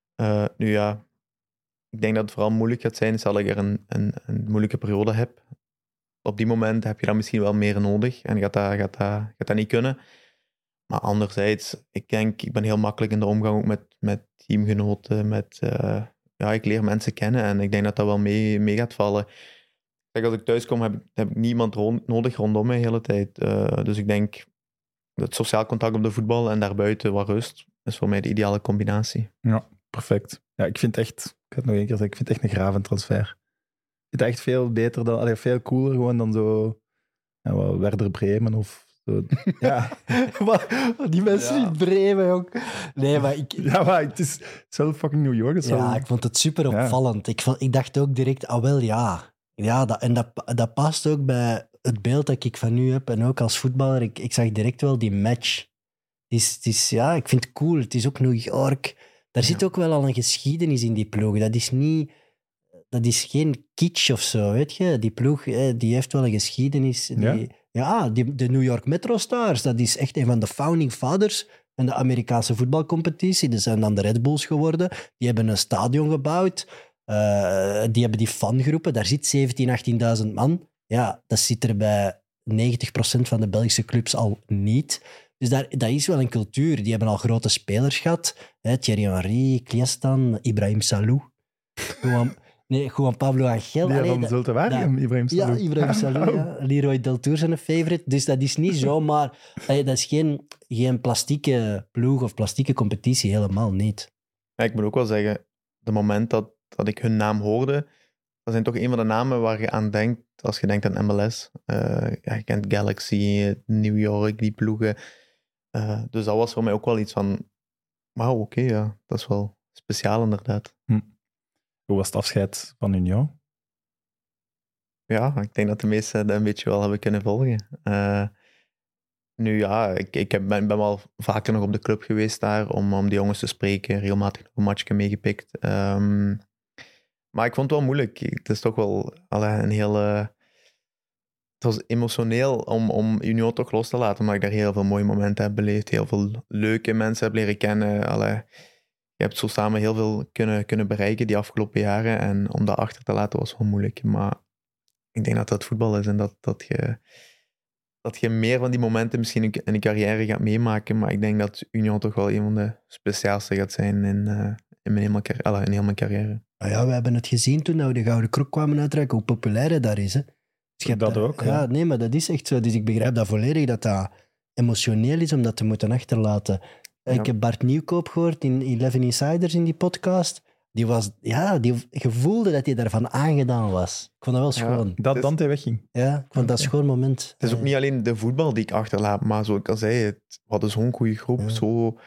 Ik denk dat het vooral moeilijk gaat zijn, stel dat ik er een moeilijke periode heb. Op die moment heb je dat misschien wel meer nodig en gaat dat niet kunnen. Maar anderzijds, ik ben heel makkelijk in de omgang ook met teamgenoten, ik leer mensen kennen en ik denk dat dat wel mee gaat vallen. Kijk, als ik thuis kom, heb ik niemand nodig rondom mij de hele tijd. Dus ik denk, het sociaal contact op de voetbal en daarbuiten wat rust, is voor mij de ideale combinatie. Ja, perfect. Ja, ik vind echt, ik ga het nog één keer zeggen, ik vind het echt een grave transfer. Ik vind het echt veel beter dan, veel cooler gewoon dan zo Werder Bremen of zo. Ja. Die mensen in Bremen ook. Nee, maar Ja, maar het is zelf fucking New York. ik vond het super opvallend. Ik dacht ook direct, dat past ook bij het beeld dat ik van u heb. En ook als voetballer, ik zag direct wel die match. Het is, ik vind het cool. Het is ook New York. Daar zit ook wel al een geschiedenis in die ploeg. Dat is geen kitsch of zo, weet je. Die ploeg, die heeft wel een geschiedenis. De New York Metro Stars, dat is echt een van de founding fathers van de Amerikaanse voetbalcompetitie. Die zijn dan de Red Bulls geworden. Die hebben een stadion gebouwd. Die hebben die fangroepen. Daar zit 17.000, 18.000 man. Ja, dat zit er bij 90% van de Belgische clubs al niet. Dus dat is wel een cultuur. Die hebben al grote spelers gehad. Thierry Henry, Kliestan, Ibrahim Salou. Juan Pablo Angel. Die van Zulte Waregem, Ibrahim Salou. Ja, Ibrahim Salou. Ja. Leroy Deltour zijn een favorite. Dus dat is niet zomaar... dat is geen plastieke ploeg of plastieke competitie. Helemaal niet. Ja, ik moet ook wel zeggen, het moment dat ik hun naam hoorde, dat zijn toch een van de namen waar je aan denkt als je denkt aan MLS. Je kent Galaxy, New York, die ploegen. Dus dat was voor mij ook wel iets van, wauw, oké, dat is wel speciaal inderdaad. Hoe was het afscheid van Union? Ja, ik denk dat de meesten dat een beetje wel hebben kunnen volgen. Ik ben wel vaker nog op de club geweest daar om de jongens te spreken, regelmatig nog een matchje meegepikt. Maar ik vond het wel moeilijk. Het is toch wel een hele... Het was emotioneel om Union toch los te laten, omdat ik daar heel veel mooie momenten heb beleefd, heel veel leuke mensen heb leren kennen. Je hebt zo samen heel veel kunnen bereiken die afgelopen jaren en om dat achter te laten was wel moeilijk. Maar ik denk dat dat voetbal is en dat je meer van die momenten misschien in een carrière gaat meemaken, maar ik denk dat Union toch wel een van de speciaalste gaat zijn in heel mijn carrière. Nou we hebben het gezien toen we de Gouden Krok kwamen uitreiken, hoe populair het daar is. Hè? Dus Dat ook. Ja, nee, maar dat is echt zo. Dus ik begrijp dat volledig, dat emotioneel is om dat te moeten achterlaten. Ja. Ik heb Bart Nieuwkoop gehoord in 11 Insiders in die podcast. Je voelde dat hij daarvan aangedaan was. Ik vond dat wel schoon. Dat Dante wegging. Ja, ik vond dat een schoon moment. Het is ook niet alleen de voetbal die ik achterlaat, maar zoals ik al zei, wat is zo'n goede groep. Ja. Zo,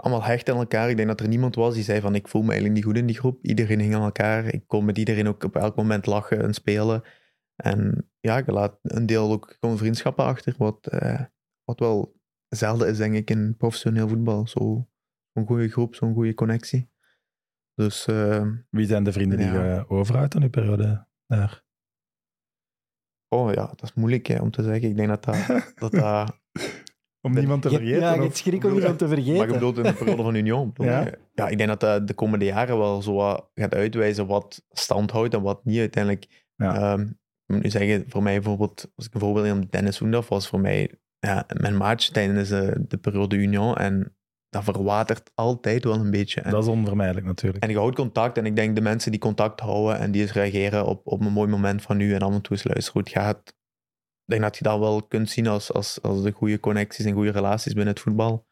allemaal hecht aan elkaar. Ik denk dat er niemand was die zei van ik voel me eigenlijk niet goed in die groep. Iedereen hing aan elkaar. Ik kon met iedereen ook op elk moment lachen en spelen. En ja, je laat een deel ook gewoon vriendschappen achter. Wat wel zelden is, denk ik, in professioneel voetbal. Zo'n goede groep, zo'n goede connectie. Dus... Wie zijn de vrienden die je overhoudt aan uw periode daar? Oh ja, dat is moeilijk om te zeggen. Ik denk dat Om niemand te vergeten? Ja, het schrik om iemand te vergeten. Maar je bedoelt in de periode van Union. Ja, ik denk dat de komende jaren wel zo wat gaat uitwijzen wat stand houdt en wat niet uiteindelijk. Ja. Ik moet nu zeggen, voor mij bijvoorbeeld, als ik een voorbeeld neem, Dennis Hoendorf was voor mij mijn match tijdens de periode Union en dat verwatert altijd wel een beetje. Dat is onvermijdelijk natuurlijk. En je houdt contact en ik denk de mensen die contact houden en die eens reageren op een mooi moment van nu en af en toe eens luisteren hoe het gaat. Ik denk dat je dat wel kunt zien als de goede connecties en goede relaties binnen het voetbal.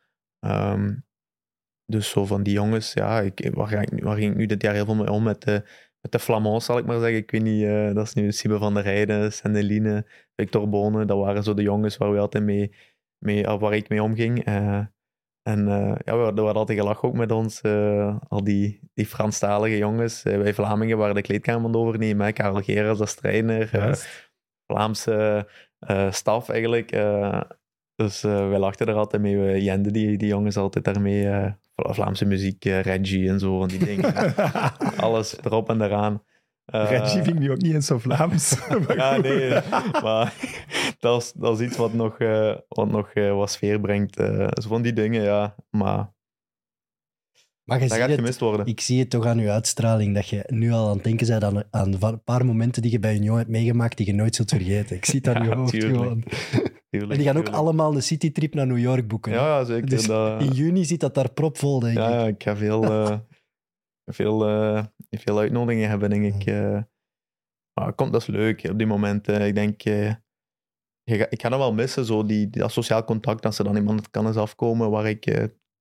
Dus zo van die jongens, ja, waar ging ik nu dit jaar heel veel mee om met de Flamands, zal ik maar zeggen. Ik weet niet, dat is nu Siebe van der Heijden, Sendeline, Victor Bonen. Dat waren zo de jongens waar we altijd waar ik mee omging. We hadden altijd gelachen ook met ons. Al die Franstalige jongens. Wij Vlamingen waren de kleedkamer aan het overnemen. Karel Gerens als trainer. Vlaamse staf eigenlijk. Dus wij lachten er altijd mee. Jende die jongens altijd daarmee. Vlaamse muziek, Reggie en zo van die dingen. Alles erop en eraan. Reggie vind ik nu ook niet eens zo Vlaams. Ja, nee. Maar dat is iets wat nog wat sfeer brengt. Zo van die dingen, ja. Maar dat gaat gemist worden. Ik zie het toch aan uw uitstraling dat je nu al aan het denken bent aan een paar momenten die je bij Union hebt meegemaakt die je nooit zult vergeten. Ik zie het aan uw hoofd gewoon. Tuurlijk, en die gaan ook allemaal de citytrip naar New York boeken. Ja, zeker. Dus in juni zit dat daar propvol, denk ik. Ja, ik ga veel uitnodigingen hebben, denk ik. Maar dat is leuk op die momenten. Ik denk, ik ga dat wel missen, zo dat sociaal contact, als er dan iemand kan eens afkomen waar ik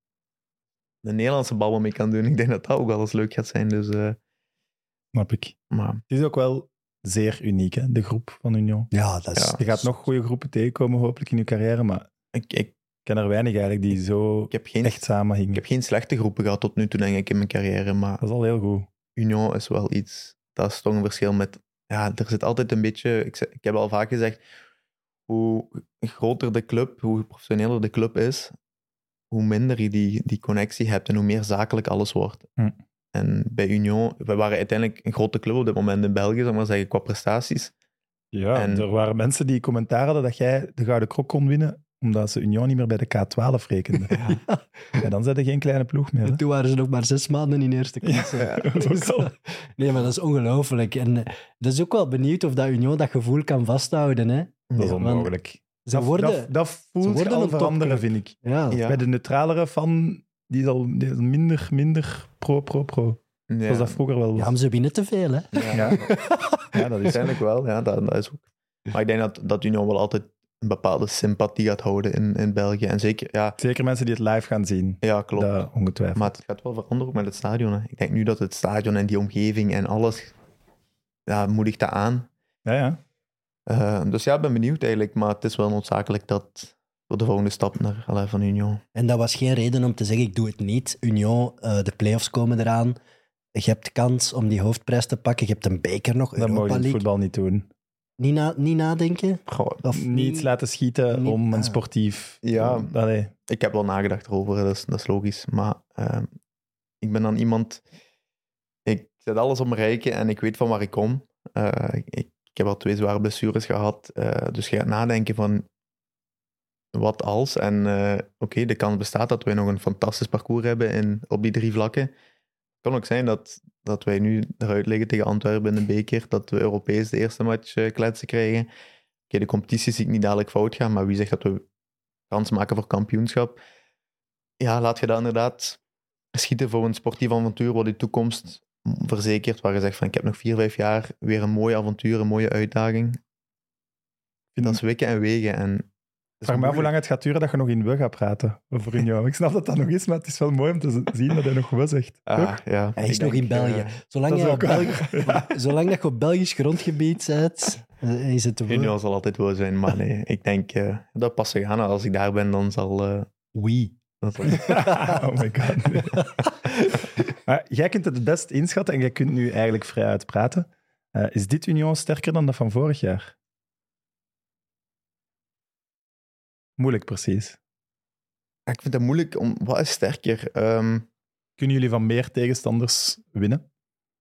de Nederlandse babbel mee kan doen. Ik denk dat dat ook wel eens leuk gaat zijn. Dus, snap ik. Maar het is ook wel zeer uniek, hè, de groep van Union. Ja, dat is... Je gaat nog goede groepen tegenkomen, hopelijk in je carrière, maar ik ken er weinig eigenlijk die zo echt samenhingen. Ik heb geen slechte groepen gehad tot nu toe, denk ik, in mijn carrière, maar... Dat is al heel goed. Union is wel iets... Dat is toch een verschil met... Ja, er zit altijd een beetje... Ik heb al vaak gezegd, hoe groter de club, hoe professioneler de club is, hoe minder je die connectie hebt en hoe meer zakelijk alles wordt. En bij Union, we waren uiteindelijk een grote club op dit moment in België, zal ik maar zeggen, qua prestaties. Ja, en er waren mensen die commentaar hadden dat jij de Gouden Krok kon winnen, omdat ze Union niet meer bij de K12 rekenden. Ja, dan zijn er geen kleine ploeg meer. Hè? Toen waren ze nog maar 6 maanden in eerste klasse. Ja, nee, maar dat is ongelooflijk. En dat is ook wel benieuwd of dat Union dat gevoel kan vasthouden. Hè? Dat is onmogelijk. Dat voelt je al veranderen, vind ik. Ja. Bij de neutralere fan, die is al minder pro. Ja. Zoals dat vroeger wel was. Ja, maar ze winnen te veel, hè? Ja, dat is eigenlijk wel. Ja, dat is ook. Maar ik denk dat Union wel altijd een bepaalde sympathie gaat houden in België. En zeker mensen die het live gaan zien. Ja, klopt. Dat ongetwijfeld. Maar het gaat wel veranderen ook met het stadion. Hè. Ik denk nu dat het stadion en die omgeving en alles, moedigt dat aan. Ja. Dus ja, ik ben benieuwd eigenlijk. Maar het is wel noodzakelijk dat voor de volgende stap naar van Union. En dat was geen reden om te zeggen, ik doe het niet. Union, de play-offs komen eraan. Je hebt kans om die hoofdprijs te pakken. Je hebt een beker nog, Europa League. Dat mag je in het voetbal niet doen. Niet nadenken? Of niets laten schieten om een sportief... Ja, ik heb wel nagedacht erover, dat is logisch. Maar ik ben dan iemand... Ik zet alles op mijn rijtje en ik weet van waar ik kom. Ik heb al 2 zware blessures gehad. Dus je gaat nadenken van... Wat als? En de kans bestaat dat wij nog een fantastisch parcours hebben op die 3 vlakken. Het kan ook zijn dat wij nu eruit liggen tegen Antwerpen in de beker, dat we Europees de eerste match kletsen krijgen. De competitie zie ik niet dadelijk fout gaan, maar wie zegt dat we kans maken voor kampioenschap? Ja, laat je dat inderdaad schieten voor een sportief avontuur wat de toekomst verzekert, waar je zegt van ik heb nog 4-5 jaar weer een mooi avontuur, een mooie uitdaging. Dat is wikken en wegen en vraag me af hoe lang het gaat duren dat je nog in we gaat praten over Union. Ik snap dat dat nog is, maar het is wel mooi om te zien dat hij nog we zegt. Ja, hij is nog in België. Zolang dat je op Belgisch grondgebied bent, is het we. Union zal altijd we zijn, maar nee, ik denk dat past zich aan. Als ik daar ben, dan zal... Oui. Oh my god. Nee. Maar jij kunt het best inschatten en jij kunt nu eigenlijk vrij uitpraten. Is dit Union sterker dan dat van vorig jaar? Moeilijk, precies. Ja, ik vind het moeilijk wat is sterker? Kunnen jullie van meer tegenstanders winnen?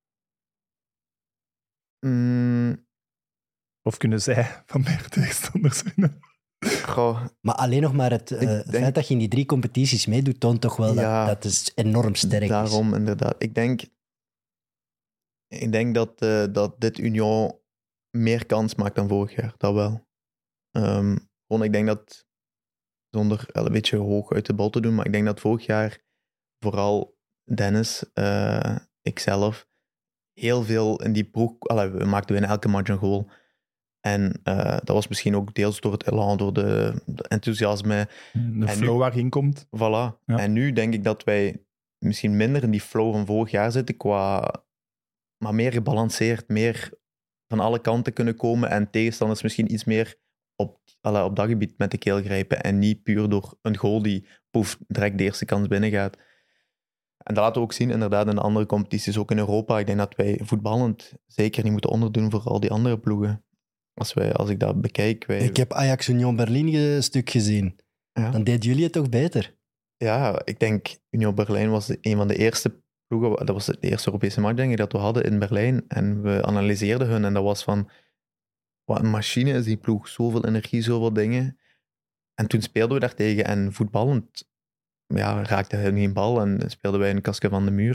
Of kunnen zij van meer tegenstanders winnen? Goh, Maar alleen nog maar het feit dat je in die 3 competities meedoet, toont toch wel dat het enorm sterk is. Daarom, inderdaad. Ik denk dat dit Union meer kans maakt dan vorig jaar. Dat wel. Gewoon, ik denk dat, zonder een beetje hoog uit de bal te doen, maar ik denk dat vorig jaar vooral Dennis, ikzelf, heel veel in die ploeg... we maakten in elke match een goal. En dat was misschien ook deels door het elan, door de enthousiasme. De flow waarin komt. Voilà. Ja. En nu denk ik dat wij misschien minder in die flow van vorig jaar zitten, maar meer gebalanceerd, meer van alle kanten kunnen komen en tegenstanders misschien iets meer op dat gebied met de keel grijpen en niet puur door een goal die direct de eerste kans binnengaat. En dat laten we ook zien inderdaad in de andere competities, ook in Europa. Ik denk dat wij voetballend zeker niet moeten onderdoen voor al die andere ploegen. Als ik dat bekijk... Ik heb Ajax Union Berlin een stuk gezien. Ja. Dan deden jullie het toch beter? Ja, ik denk Union Berlin was een van de eerste ploegen. Dat was de eerste Europese match, denk ik, dat we hadden in Berlijn. En we analyseerden hun en dat was van... Wat een machine is die ploeg. Zoveel energie, zoveel dingen. En toen speelden we daartegen en voetballend raakte hij geen bal en speelden wij een kastje van de muur.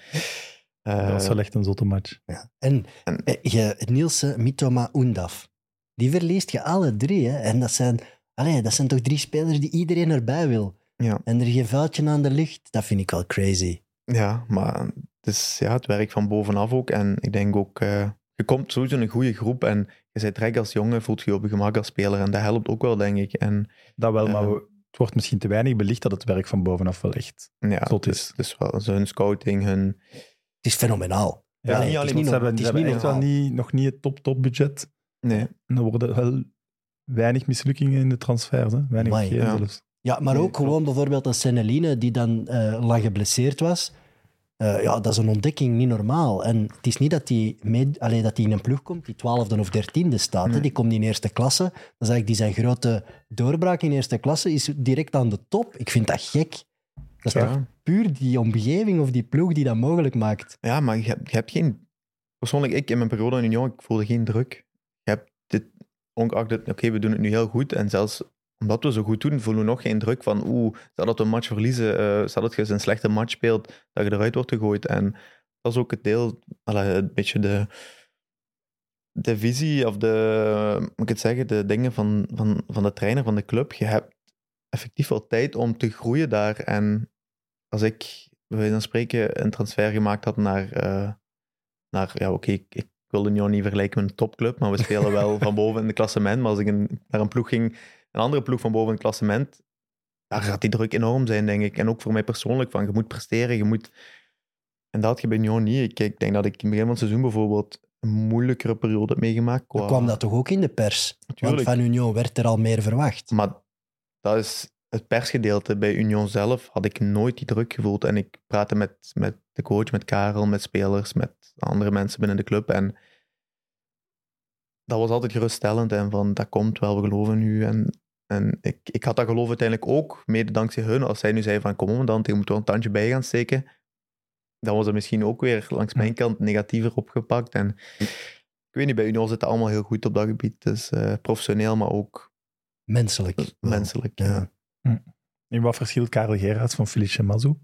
Dat was wel echt een zotte match. Ja. En Nielsen, Mitoma, Undaf. Die verliest je alle 3. Hè? En dat zijn toch 3 spelers die iedereen erbij wil. Ja. En er geen vuiltje aan de lucht. Dat vind ik wel crazy. Ja, maar het is het werk van bovenaf ook. En ik denk ook, je komt sowieso in een goede groep en je bent direct als jongen, voelt je op je gemak als speler. En dat helpt ook wel, denk ik. En, dat wel, maar het wordt misschien te weinig belicht dat het werk van bovenaf wel echt zot is. Dus wel, hun scouting, hun... Het is fenomenaal. Ja, nee, ze hebben echt wel nog niet het top budget. Nee. En er worden wel weinig mislukkingen in de transfers. Hè? Weinig gegeven zelfs. Ja, maar ook gewoon bijvoorbeeld een Seneline die dan lang geblesseerd was. Dat is een ontdekking, niet normaal. En het is niet dat hij in een ploeg komt die 12e of 13e staat. Nee. Die komt in eerste klasse. Dan zeg ik, die zijn grote doorbraak in eerste klasse is direct aan de top. Ik vind dat gek. Dat is toch puur die omgeving of die ploeg die dat mogelijk maakt. Ja, maar je hebt geen... Persoonlijk, ik in mijn periode in Union, ik voelde geen druk. Je hebt dit, ongeacht het, oké, we doen het nu heel goed. En zelfs omdat we zo goed doen, voelen we nog geen druk van stel dat we een match verliezen, stel dat je een slechte match speelt, dat je eruit wordt gegooid. En dat is ook het deel, een beetje de visie of de dingen van de trainer van de club. Je hebt effectief wel tijd om te groeien daar. En als ik, bij wijze van spreken, een transfer gemaakt had naar ik wil Union niet vergelijken met een topclub, maar we spelen wel van boven in het klassement. Maar als ik naar een ploeg ging, een andere ploeg van boven in het klassement, daar gaat die druk enorm zijn, denk ik. En ook voor mij persoonlijk, van je moet presteren, je moet... En dat had je bij Union niet. Ik denk dat ik in het begin van het seizoen bijvoorbeeld een moeilijkere periode heb meegemaakt. Dan kwam dat toch ook in de pers? Natuurlijk. Want van Union werd er al meer verwacht. Maar dat is het persgedeelte. Bij Union zelf had ik nooit die druk gevoeld. En ik praatte met de coach, met Karel, met spelers, met andere mensen binnen de club. En dat was altijd geruststellend. En van, dat komt wel, we geloven nu. En ik had dat geloof uiteindelijk ook, mede dankzij hun. Als zij nu zei van, kom op, dan moeten we een tandje bij gaan steken. Dan was het misschien ook weer langs mijn kant negatiever opgepakt. En ik weet niet, bij Union zit het allemaal heel goed op dat gebied. Dus professioneel, maar ook... Menselijk. Menselijk, ja. In wat verschilt Karel Gerards van Felice Mazou?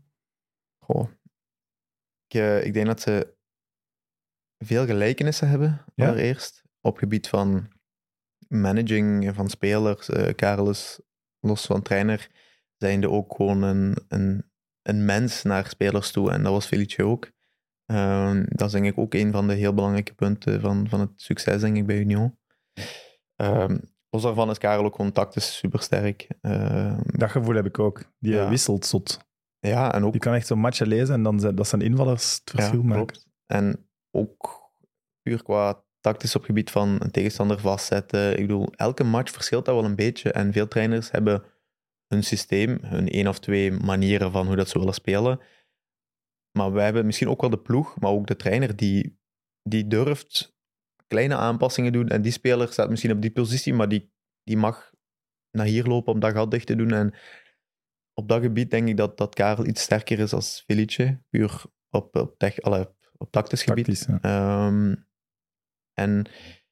Ik denk dat ze veel gelijkenissen hebben, allereerst. Op gebied van managing van spelers. Karel is, los van trainer, zijnde ook gewoon een mens naar spelers toe. En dat was Felice ook. Dat is denk ik ook een van de heel belangrijke punten van het succes, denk ik, bij Union. Los daarvan is Karel ook contact is supersterk. Dat gevoel heb ik ook. Die wisselt zot. Ja, en ook... Die kan echt zo'n matchen lezen en dan dat zijn invallers het verschil maken. Klopt. En ook puur qua tactisch op gebied van een tegenstander vastzetten. Ik bedoel, elke match verschilt dat wel een beetje. En veel trainers hebben hun systeem, hun 1 of 2 manieren van hoe dat ze willen spelen. Maar wij hebben misschien ook wel de ploeg, maar ook de trainer die durft kleine aanpassingen doen. En die speler staat misschien op die positie, maar die mag naar hier lopen om dat gat dicht te doen. En op dat gebied denk ik dat Karel iets sterker is als Felice, puur op tactisch gebied. Tactisch, ja. En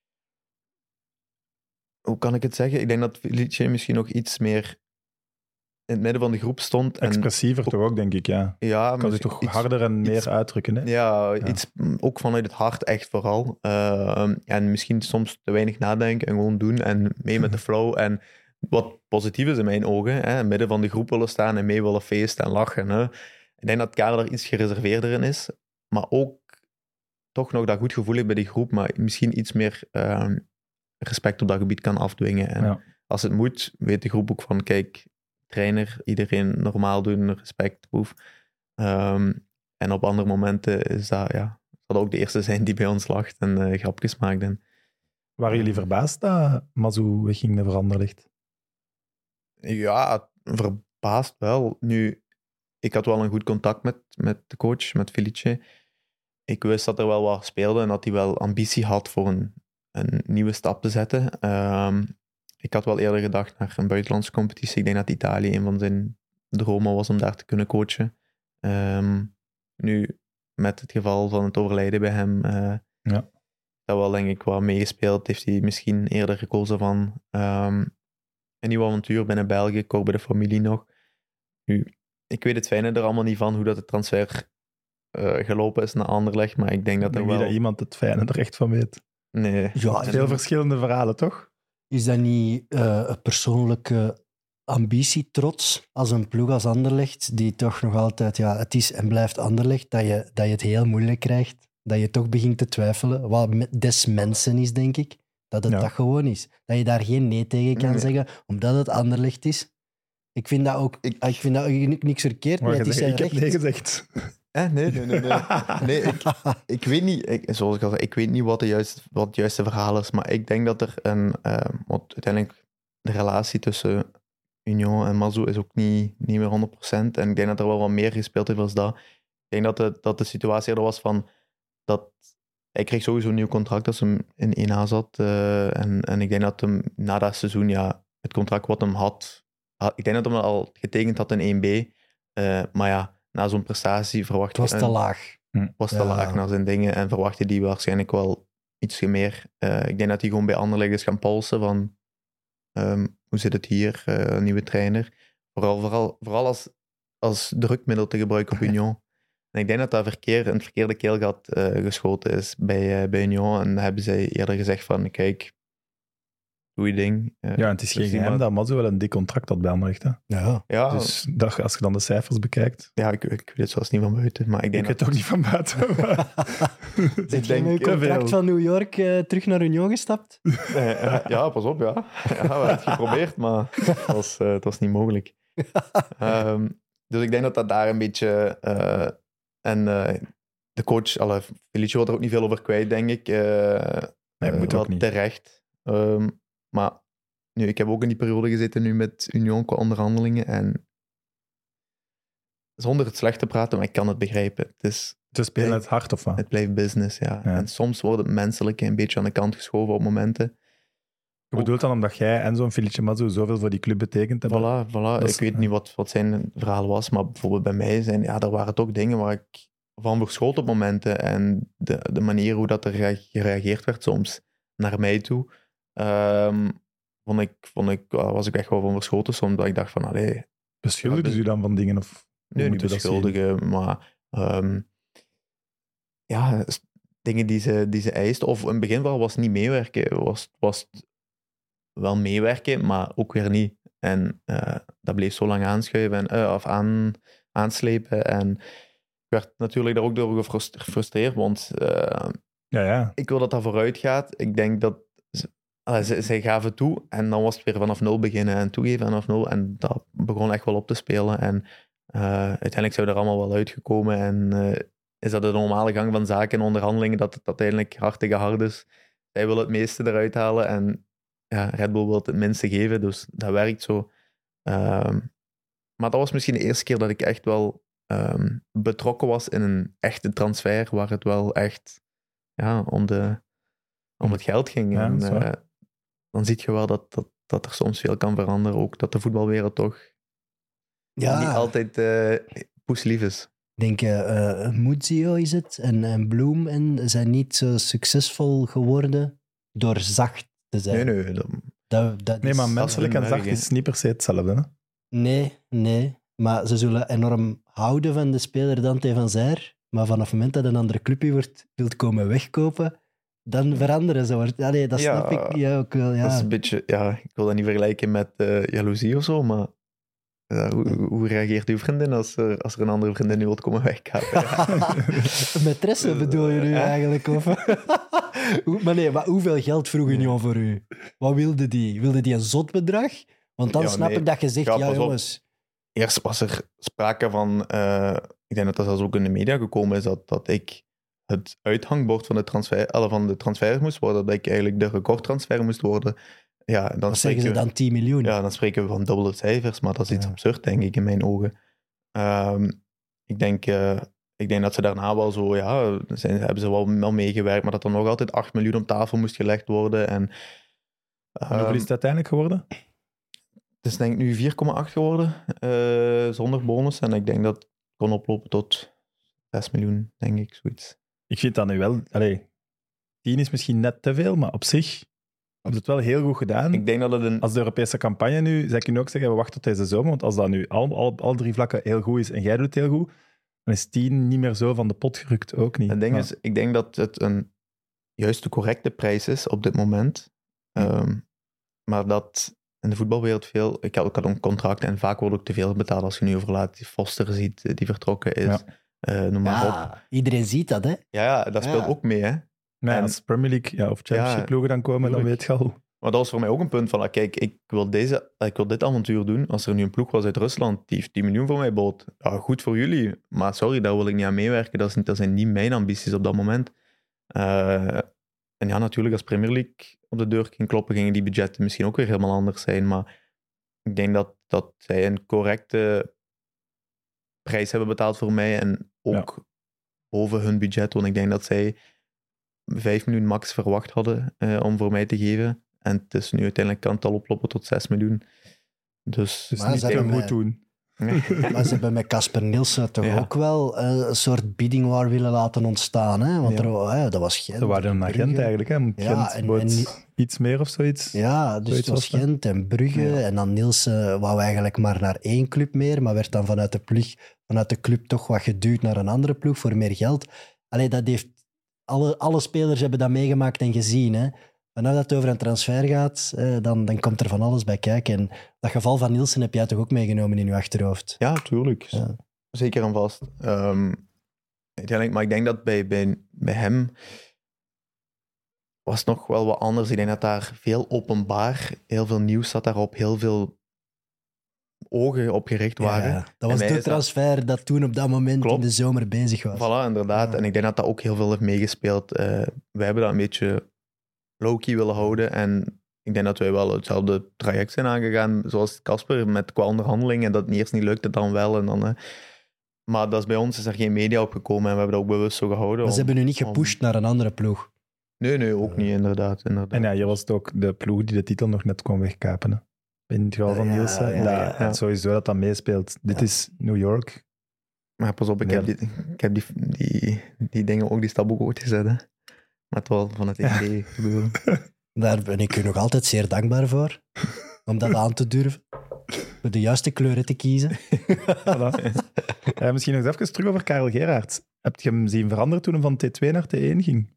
hoe kan ik het zeggen? Ik denk dat Felice misschien nog iets meer in het midden van de groep stond. Expressiever toch ook, denk ik, ja. Ja, Kan zich toch harder en meer uitdrukken, hè? Ja, iets ook vanuit het hart echt vooral. En misschien soms te weinig nadenken en gewoon doen en mee met de flow. En wat positief is in mijn ogen, hè, in het midden van de groep willen staan en mee willen feesten en lachen. Hè. Ik denk dat Karel er iets gereserveerder in is, maar ook toch nog dat goed gevoel heeft bij die groep, maar misschien iets meer respect op dat gebied kan afdwingen. En als het moet, weet de groep ook van, kijk, trainer, iedereen normaal doen, respect, boef. En op andere momenten is dat, zal ook de eerste zijn die bij ons lacht en grapjes maakt. En, waren jullie verbaasd dat Mazu wegging naar Anderlecht? Ja, verbaasd wel. Nu, ik had wel een goed contact met de coach, met Felice. Ik wist dat er wel wat speelde en dat hij wel ambitie had voor een nieuwe stap te zetten. Ik had wel eerder gedacht naar een buitenlandse competitie. Ik denk dat Italië een van zijn dromen was om daar te kunnen coachen. Nu, met het geval van het overlijden bij hem, dat wel denk ik wat meegespeeld. Heeft hij misschien eerder gekozen van een nieuw avontuur binnen België, kort bij de familie nog. Nu, ik weet het fijne er allemaal niet van, hoe dat de transfer gelopen is naar Anderlecht, maar ik denk dat er wel... dat iemand het fijne er echt van weet. Nee. Ja, heel verschillende verhalen, toch? Is dat niet een persoonlijke ambitie, trots, als een ploeg als Anderlecht, die toch nog altijd, het is en blijft Anderlecht, dat je het heel moeilijk krijgt, dat je toch begint te twijfelen, wat des mensen is, denk ik, dat het dat gewoon is. Dat je daar geen nee tegen kan zeggen, omdat het Anderlecht is. Ik vind dat ook niks verkeerd, maar het is zijn ik heb recht. nee gezegd. Nee. Nee, ik weet niet, zoals ik al zei, ik weet niet wat het juiste verhaal is, maar ik denk dat er want uiteindelijk de relatie tussen Union en Mazu is ook niet meer 100%. En ik denk dat er wel wat meer gespeeld heeft als dat. Ik denk dat de situatie er was van dat hij kreeg sowieso een nieuw contract als hem in 1A zat. En ik denk dat hem na dat seizoen, het contract wat hem had, ik denk dat hij al getekend had in 1B. Maar na zo'n prestatie verwacht je... Het was te laag. Was te laag naar zijn dingen en verwachtte die waarschijnlijk wel iets meer. Ik denk dat hij gewoon bij Anderlecht is gaan polsen van hoe zit het hier, nieuwe trainer. Vooral als drukmiddel te gebruiken op Union. En ik denk dat dat een verkeerde keelgat geschoten is bij Union. En hebben zij eerder gezegd van, kijk, doe je ding. Het is geen geheim dat Mazu wel een dik contract had bij Anderlecht. Ja. Dus als je dan de cijfers bekijkt... Ja, ik weet het zelfs niet van buiten. Maar ik denk weet het ook niet van buiten. Zit je met je contract van New York terug naar Union gestapt? Ja, pas op, ja. We hebben het geprobeerd, maar het was niet mogelijk. Dus ik denk dat dat daar een beetje... de coach, Felice wordt er ook niet veel over kwijt, denk ik. Nee, moet ook niet. Terecht. Maar nu, ik heb ook in die periode gezeten nu met Union qua onderhandelingen en zonder het slecht te praten, maar ik kan het begrijpen. Ze spelen het hard of wat? Het blijft business, ja. En soms wordt het menselijke een beetje aan de kant geschoven op momenten. Je bedoelt dan omdat jij en zo'n Felice Mazu zoveel voor die club betekent hebben? Voilà. Ik weet niet wat zijn verhaal was, maar bijvoorbeeld bij mij er waren toch dingen waar ik van verschoot op momenten en de manier hoe dat er gereageerd werd soms naar mij toe, was ik echt wel van verschoten soms, dat ik dacht van, allee... Beschuldigen ze u dan van dingen? Of nee, niet beschuldigen, maar... dingen die ze eisten. Of in het begin was het niet meewerken. Was wel meewerken, maar ook weer niet. En dat bleef zo lang aanschuiven of aanslepen. En ik werd natuurlijk daar ook door gefrustreerd, want ik wil dat dat vooruit gaat. Ik denk dat zij gaven toe en dan was het weer vanaf nul beginnen en toegeven vanaf nul. En dat begon echt wel op te spelen. En uiteindelijk zijn we er allemaal wel uitgekomen en is dat de normale gang van zaken en onderhandelingen dat het uiteindelijk hard tegen hard is. Zij willen het meeste eruit halen en Red Bull wil het minste geven, dus dat werkt zo. Maar dat was misschien de eerste keer dat ik echt wel betrokken was in een echte transfer, waar het wel echt om het geld ging. Ja, En, dat is waar. dan zie je wel dat er soms veel kan veranderen. Ook dat de voetbalwereld toch niet altijd poeslief is. Ik denk, Muzio is het en Bloem en zijn niet zo succesvol geworden door zacht te zijn. Nee. Dat Nee, is- maar menselijk en hun zacht werk, is niet per se hetzelfde. Hè? Nee. Maar ze zullen enorm houden van de speler Dante van Zijr. Maar vanaf het moment dat een andere club je wilt komen wegkopen, dan veranderen ze. Allee, dat Ja, snap ik ook wel. Dat is Ja. een beetje, ik wil dat niet vergelijken met jaloezie of zo, maar hoe reageert uw vriendin als er een andere vriendin nu wilt komen wegkapen? Ja. Maîtresse bedoel je nu Ja. eigenlijk? Of? Maar hoeveel geld vroeg Union voor u? Wat wilde die? Wilde die een zot bedrag? Want dan Ja, snap nee. ik dat je zegt, Ja, ja pas op. jongens... Eerst was er sprake van, ik denk dat dat zelfs ook in de media gekomen is, dat ik het uithangbord van de transfer moest worden, dat ik eigenlijk de recordtransfer moest worden. Ja, dan Wat zeggen ze spreken we- dan? 10 miljoen? Ja, dan spreken we van dubbele cijfers, maar dat is iets Ja. absurd, denk ik, in mijn ogen. Ik denk dat ze daarna wel zo, hebben ze wel meegewerkt, maar dat er nog altijd 8 miljoen op tafel moest gelegd worden. En Hoeveel is het uiteindelijk geworden? het is denk ik nu 4,8 geworden, zonder bonus. En ik denk dat het kon oplopen tot 6 miljoen, denk ik, zoiets. Ik vind dat nu wel... 10 is misschien net te veel, maar op zich hebben ze het wel heel goed gedaan. Ik denk dat het een... Als de Europese campagne nu, zij kunnen ook zeggen, we wachten tot deze zomer, want als dat nu al 3 vlakken heel goed is en jij doet het heel goed, dan is 10 niet meer zo van de pot gerukt, ook niet. Het ding Maar- is, ik denk dat het een juist de correcte prijs is op dit moment. Maar dat in de voetbalwereld veel... Ik had een contract en vaak wordt ook te veel betaald als je nu overlaat. Die Foster ziet, die vertrokken is. Noem maar op. Ja, iedereen ziet dat, hè? Ja, dat speelt Ja. ook mee, hè. Maar ja, En- als Premier League of Championship Ja, ploegen dan komen, dan tuurlijk. weet je al. Maar dat was voor mij ook een punt van, kijk, ik wil dit avontuur doen. Als er nu een ploeg was uit Rusland, die heeft 10 miljoen voor mij bood. Ja, goed voor jullie, maar sorry, daar wil ik niet aan meewerken. Dat zijn niet mijn ambities op dat moment. En ja, natuurlijk, als Premier League op de deur ging kloppen, gingen die budgetten misschien ook weer helemaal anders zijn. Maar ik denk dat zij een correcte prijs hebben betaald voor mij en ook boven hun budget. Want ik denk dat zij 5 miljoen max verwacht hadden om voor mij te geven. En het is nu uiteindelijk kan het al oplopen tot 6 miljoen. Dus Dus Maar niet ze te hebben goed mij- doen. Maar ze hebben met Casper Nielsen toch Ja. ook wel een soort bidding war willen laten ontstaan, hè? Want Ja. dat was Gent. Ze waren een agent Brugge. eigenlijk, hè. Ja, Gent en bood niet- iets meer of zoiets. Ja, dus Zoiets het was was het. Gent en Brugge. Ja. En dan Nielsen wou eigenlijk maar naar 1 club meer, maar werd dan vanuit de club toch wat geduwd naar een andere ploeg voor meer geld. Allee, dat heeft... Alle spelers hebben dat meegemaakt en gezien, hè. Wanneer dat over een transfer gaat, dan komt er van alles bij kijken. En dat geval van Nielsen heb jij toch ook meegenomen in je achterhoofd? Ja, tuurlijk. Ja. Zeker en vast. Uiteindelijk, maar ik denk dat bij hem was het nog wel wat anders. Ik denk dat daar veel openbaar, heel veel nieuws zat daarop, heel veel ogen op gericht waren. Ja, dat was En de hij is dat- transfer dat toen op dat moment Klopt. in de zomer bezig was. Voilà, inderdaad. Ja. En ik denk dat dat ook heel veel heeft meegespeeld. Wij hebben dat een beetje low-key willen houden. En ik denk dat wij wel hetzelfde traject zijn aangegaan zoals Casper, qua onderhandelingen. En dat het eerst niet lukte, dan wel. En dan, maar dat is bij ons is er geen media opgekomen en we hebben dat ook bewust zo gehouden. Maar ze hebben nu niet om- gepusht naar een andere ploeg. Nee, ook niet, inderdaad. En ja, hier was het ook de ploeg die de titel nog net kon wegkapen. Hè. In het geval van Ja, Nielsen. ja. En sowieso dat meespeelt. Dit Ja. is New York. Maar pas op, ik heb die dingen ook, die stap ook ooit gezet. Hè. Met wel van het idee gebeuren. Daar ben ik u nog altijd zeer dankbaar voor. Om dat aan te durven. Voor de juiste kleuren te kiezen. Voilà. Misschien nog eens even terug over Karel Gerards. Heb je hem zien veranderen toen hij van T2 naar T1 ging?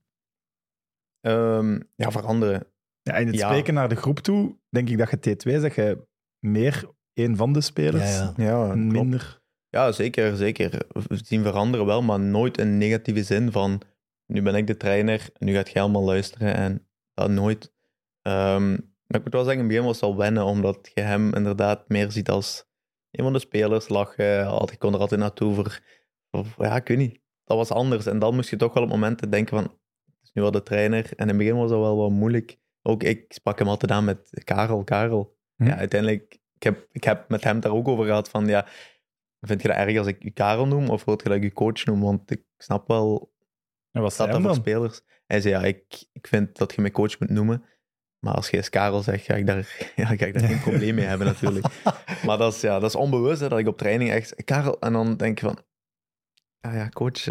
Ja, veranderen. Ja, in het Ja. spreken naar de groep toe, denk ik dat je T2 zeg je meer een van de spelers. Ja. Ja, En klopt. minder. Ja, zeker. We zien veranderen wel, maar nooit in negatieve zin van nu ben ik de trainer, nu gaat jij allemaal luisteren en dat nooit. Maar ik moet wel zeggen, in het begin was het al wennen, omdat je hem inderdaad meer ziet als een van de spelers, lachen, ik kon er altijd naartoe ja, ik weet niet. Dat was anders. En dan moest je toch wel op momenten denken van, het is nu wel de trainer. En in het begin was dat wel wat moeilijk. Ook ik sprak hem altijd aan met Karel. Hm. Ja, uiteindelijk ik heb met hem daar ook over gehad van, ja, vind je dat erg als ik je Karel noem of wil je dat ik je coach noem? Want ik snap wel En wat dat zei dat hem voor dan? spelers... Hij zei, ja, ik vind dat je mij coach moet noemen, maar als je eens Karel zegt, ga ik daar geen probleem mee hebben natuurlijk. Maar dat is onbewust, hè, dat ik op training echt... Karel, en dan denk je van... Ja, coach.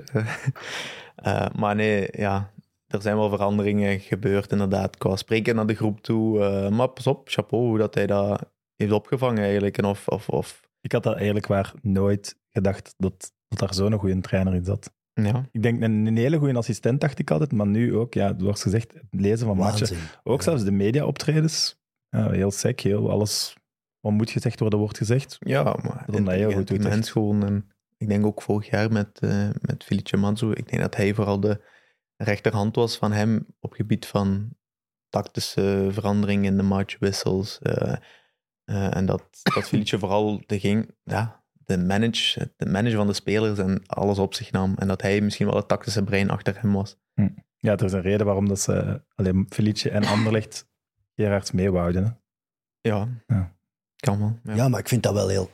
Maar nee, ja... Er zijn wel veranderingen gebeurd, inderdaad, qua spreken naar de groep toe. Maar pas op, chapeau, hoe dat hij dat heeft opgevangen eigenlijk. En of Ik had dat eigenlijk waar nooit gedacht dat daar zo'n goede trainer in zat. ja. Ik denk een hele goede assistent, dacht ik altijd, maar nu ook, ja, zoals gezegd, het lezen van matchen. Waanzin. Ook zelfs de media-optredens. Ja, heel sec, heel alles wat moet gezegd worden, wordt gezegd. Ja, maar Dat hij heel goed doet, echt. mens gewoon. En ik denk ook vorig jaar met Felice Manzo, ik denk dat hij vooral de rechterhand was van hem op gebied van tactische veranderingen in de matchwissels. En dat Felice vooral de manager van de spelers en alles op zich nam. En dat hij misschien wel het tactische brein achter hem was. Ja, er is een reden waarom dat ze alleen Felice en Anderlecht Gerards meewouden. Hè. Ja, kan wel. Ja, maar ik vind dat wel heel...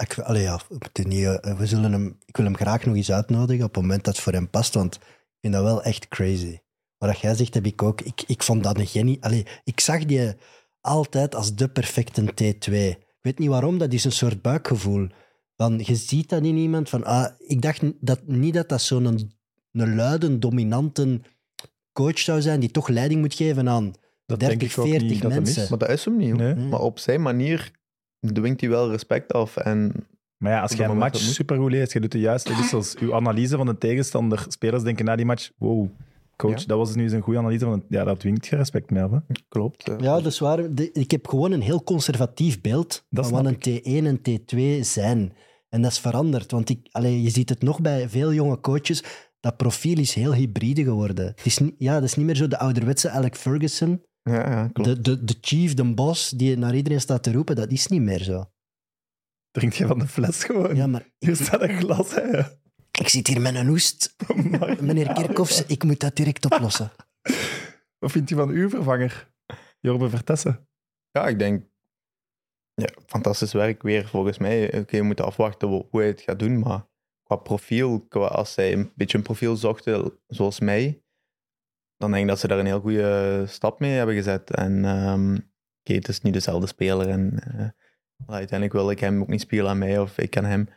Ik wil hem graag nog eens uitnodigen op het moment dat het voor hem past, want ik vind dat wel echt crazy. Wat jij zegt, heb ik ook. Ik vond dat een genie. Ik zag die altijd als de perfecte T2. Ik weet niet waarom, dat is een soort buikgevoel. Dan, je ziet dat in iemand van... ik dacht dat zo'n een luide, dominante coach zou zijn die toch leiding moet geven aan Dat 30, denk ik ook 40 niet dat hem is. mensen. Maar dat is hem niet, hoor. Nee. Maar op zijn manier dwingt hij wel respect af. En Maar ja, als Op jij dat een moment match dat moet. supergoed leest, je doet de juiste wissels, je analyse van de tegenstander, spelers denken na die match, wow, coach, Ja. dat was nu eens een goede analyse, van ja, dat dwingt je respect mee af. Hè. klopt. Ja, dat is waar. Ik heb gewoon een heel conservatief beeld Dat van wat snap een T1 en T2 zijn. En dat is veranderd. Want je ziet het nog bij veel jonge coaches. Dat profiel is heel hybride geworden. Het is, dat is niet meer zo de ouderwetse Alec Ferguson. Ja, klopt. De chief, de boss, die naar iedereen staat te roepen. Dat is niet meer zo. Drink je van de fles gewoon. Ja, maar Hier staat een glas, hè. ik zit hier met een hoest. Meneer Kerkhoffs, ik moet dat direct oplossen. Wat vindt u van uw vervanger, Jorbe Vertessen? Ja, ik denk... Ja, fantastisch werk weer, volgens mij. Oké, we moeten afwachten hoe hij het gaat doen, maar qua profiel, als zij een beetje een profiel zochten zoals mij, dan denk ik dat ze daar een heel goede stap mee hebben gezet. En oké, het is niet dezelfde speler en uiteindelijk wil ik hem ook niet spelen aan mij of ik aan hem.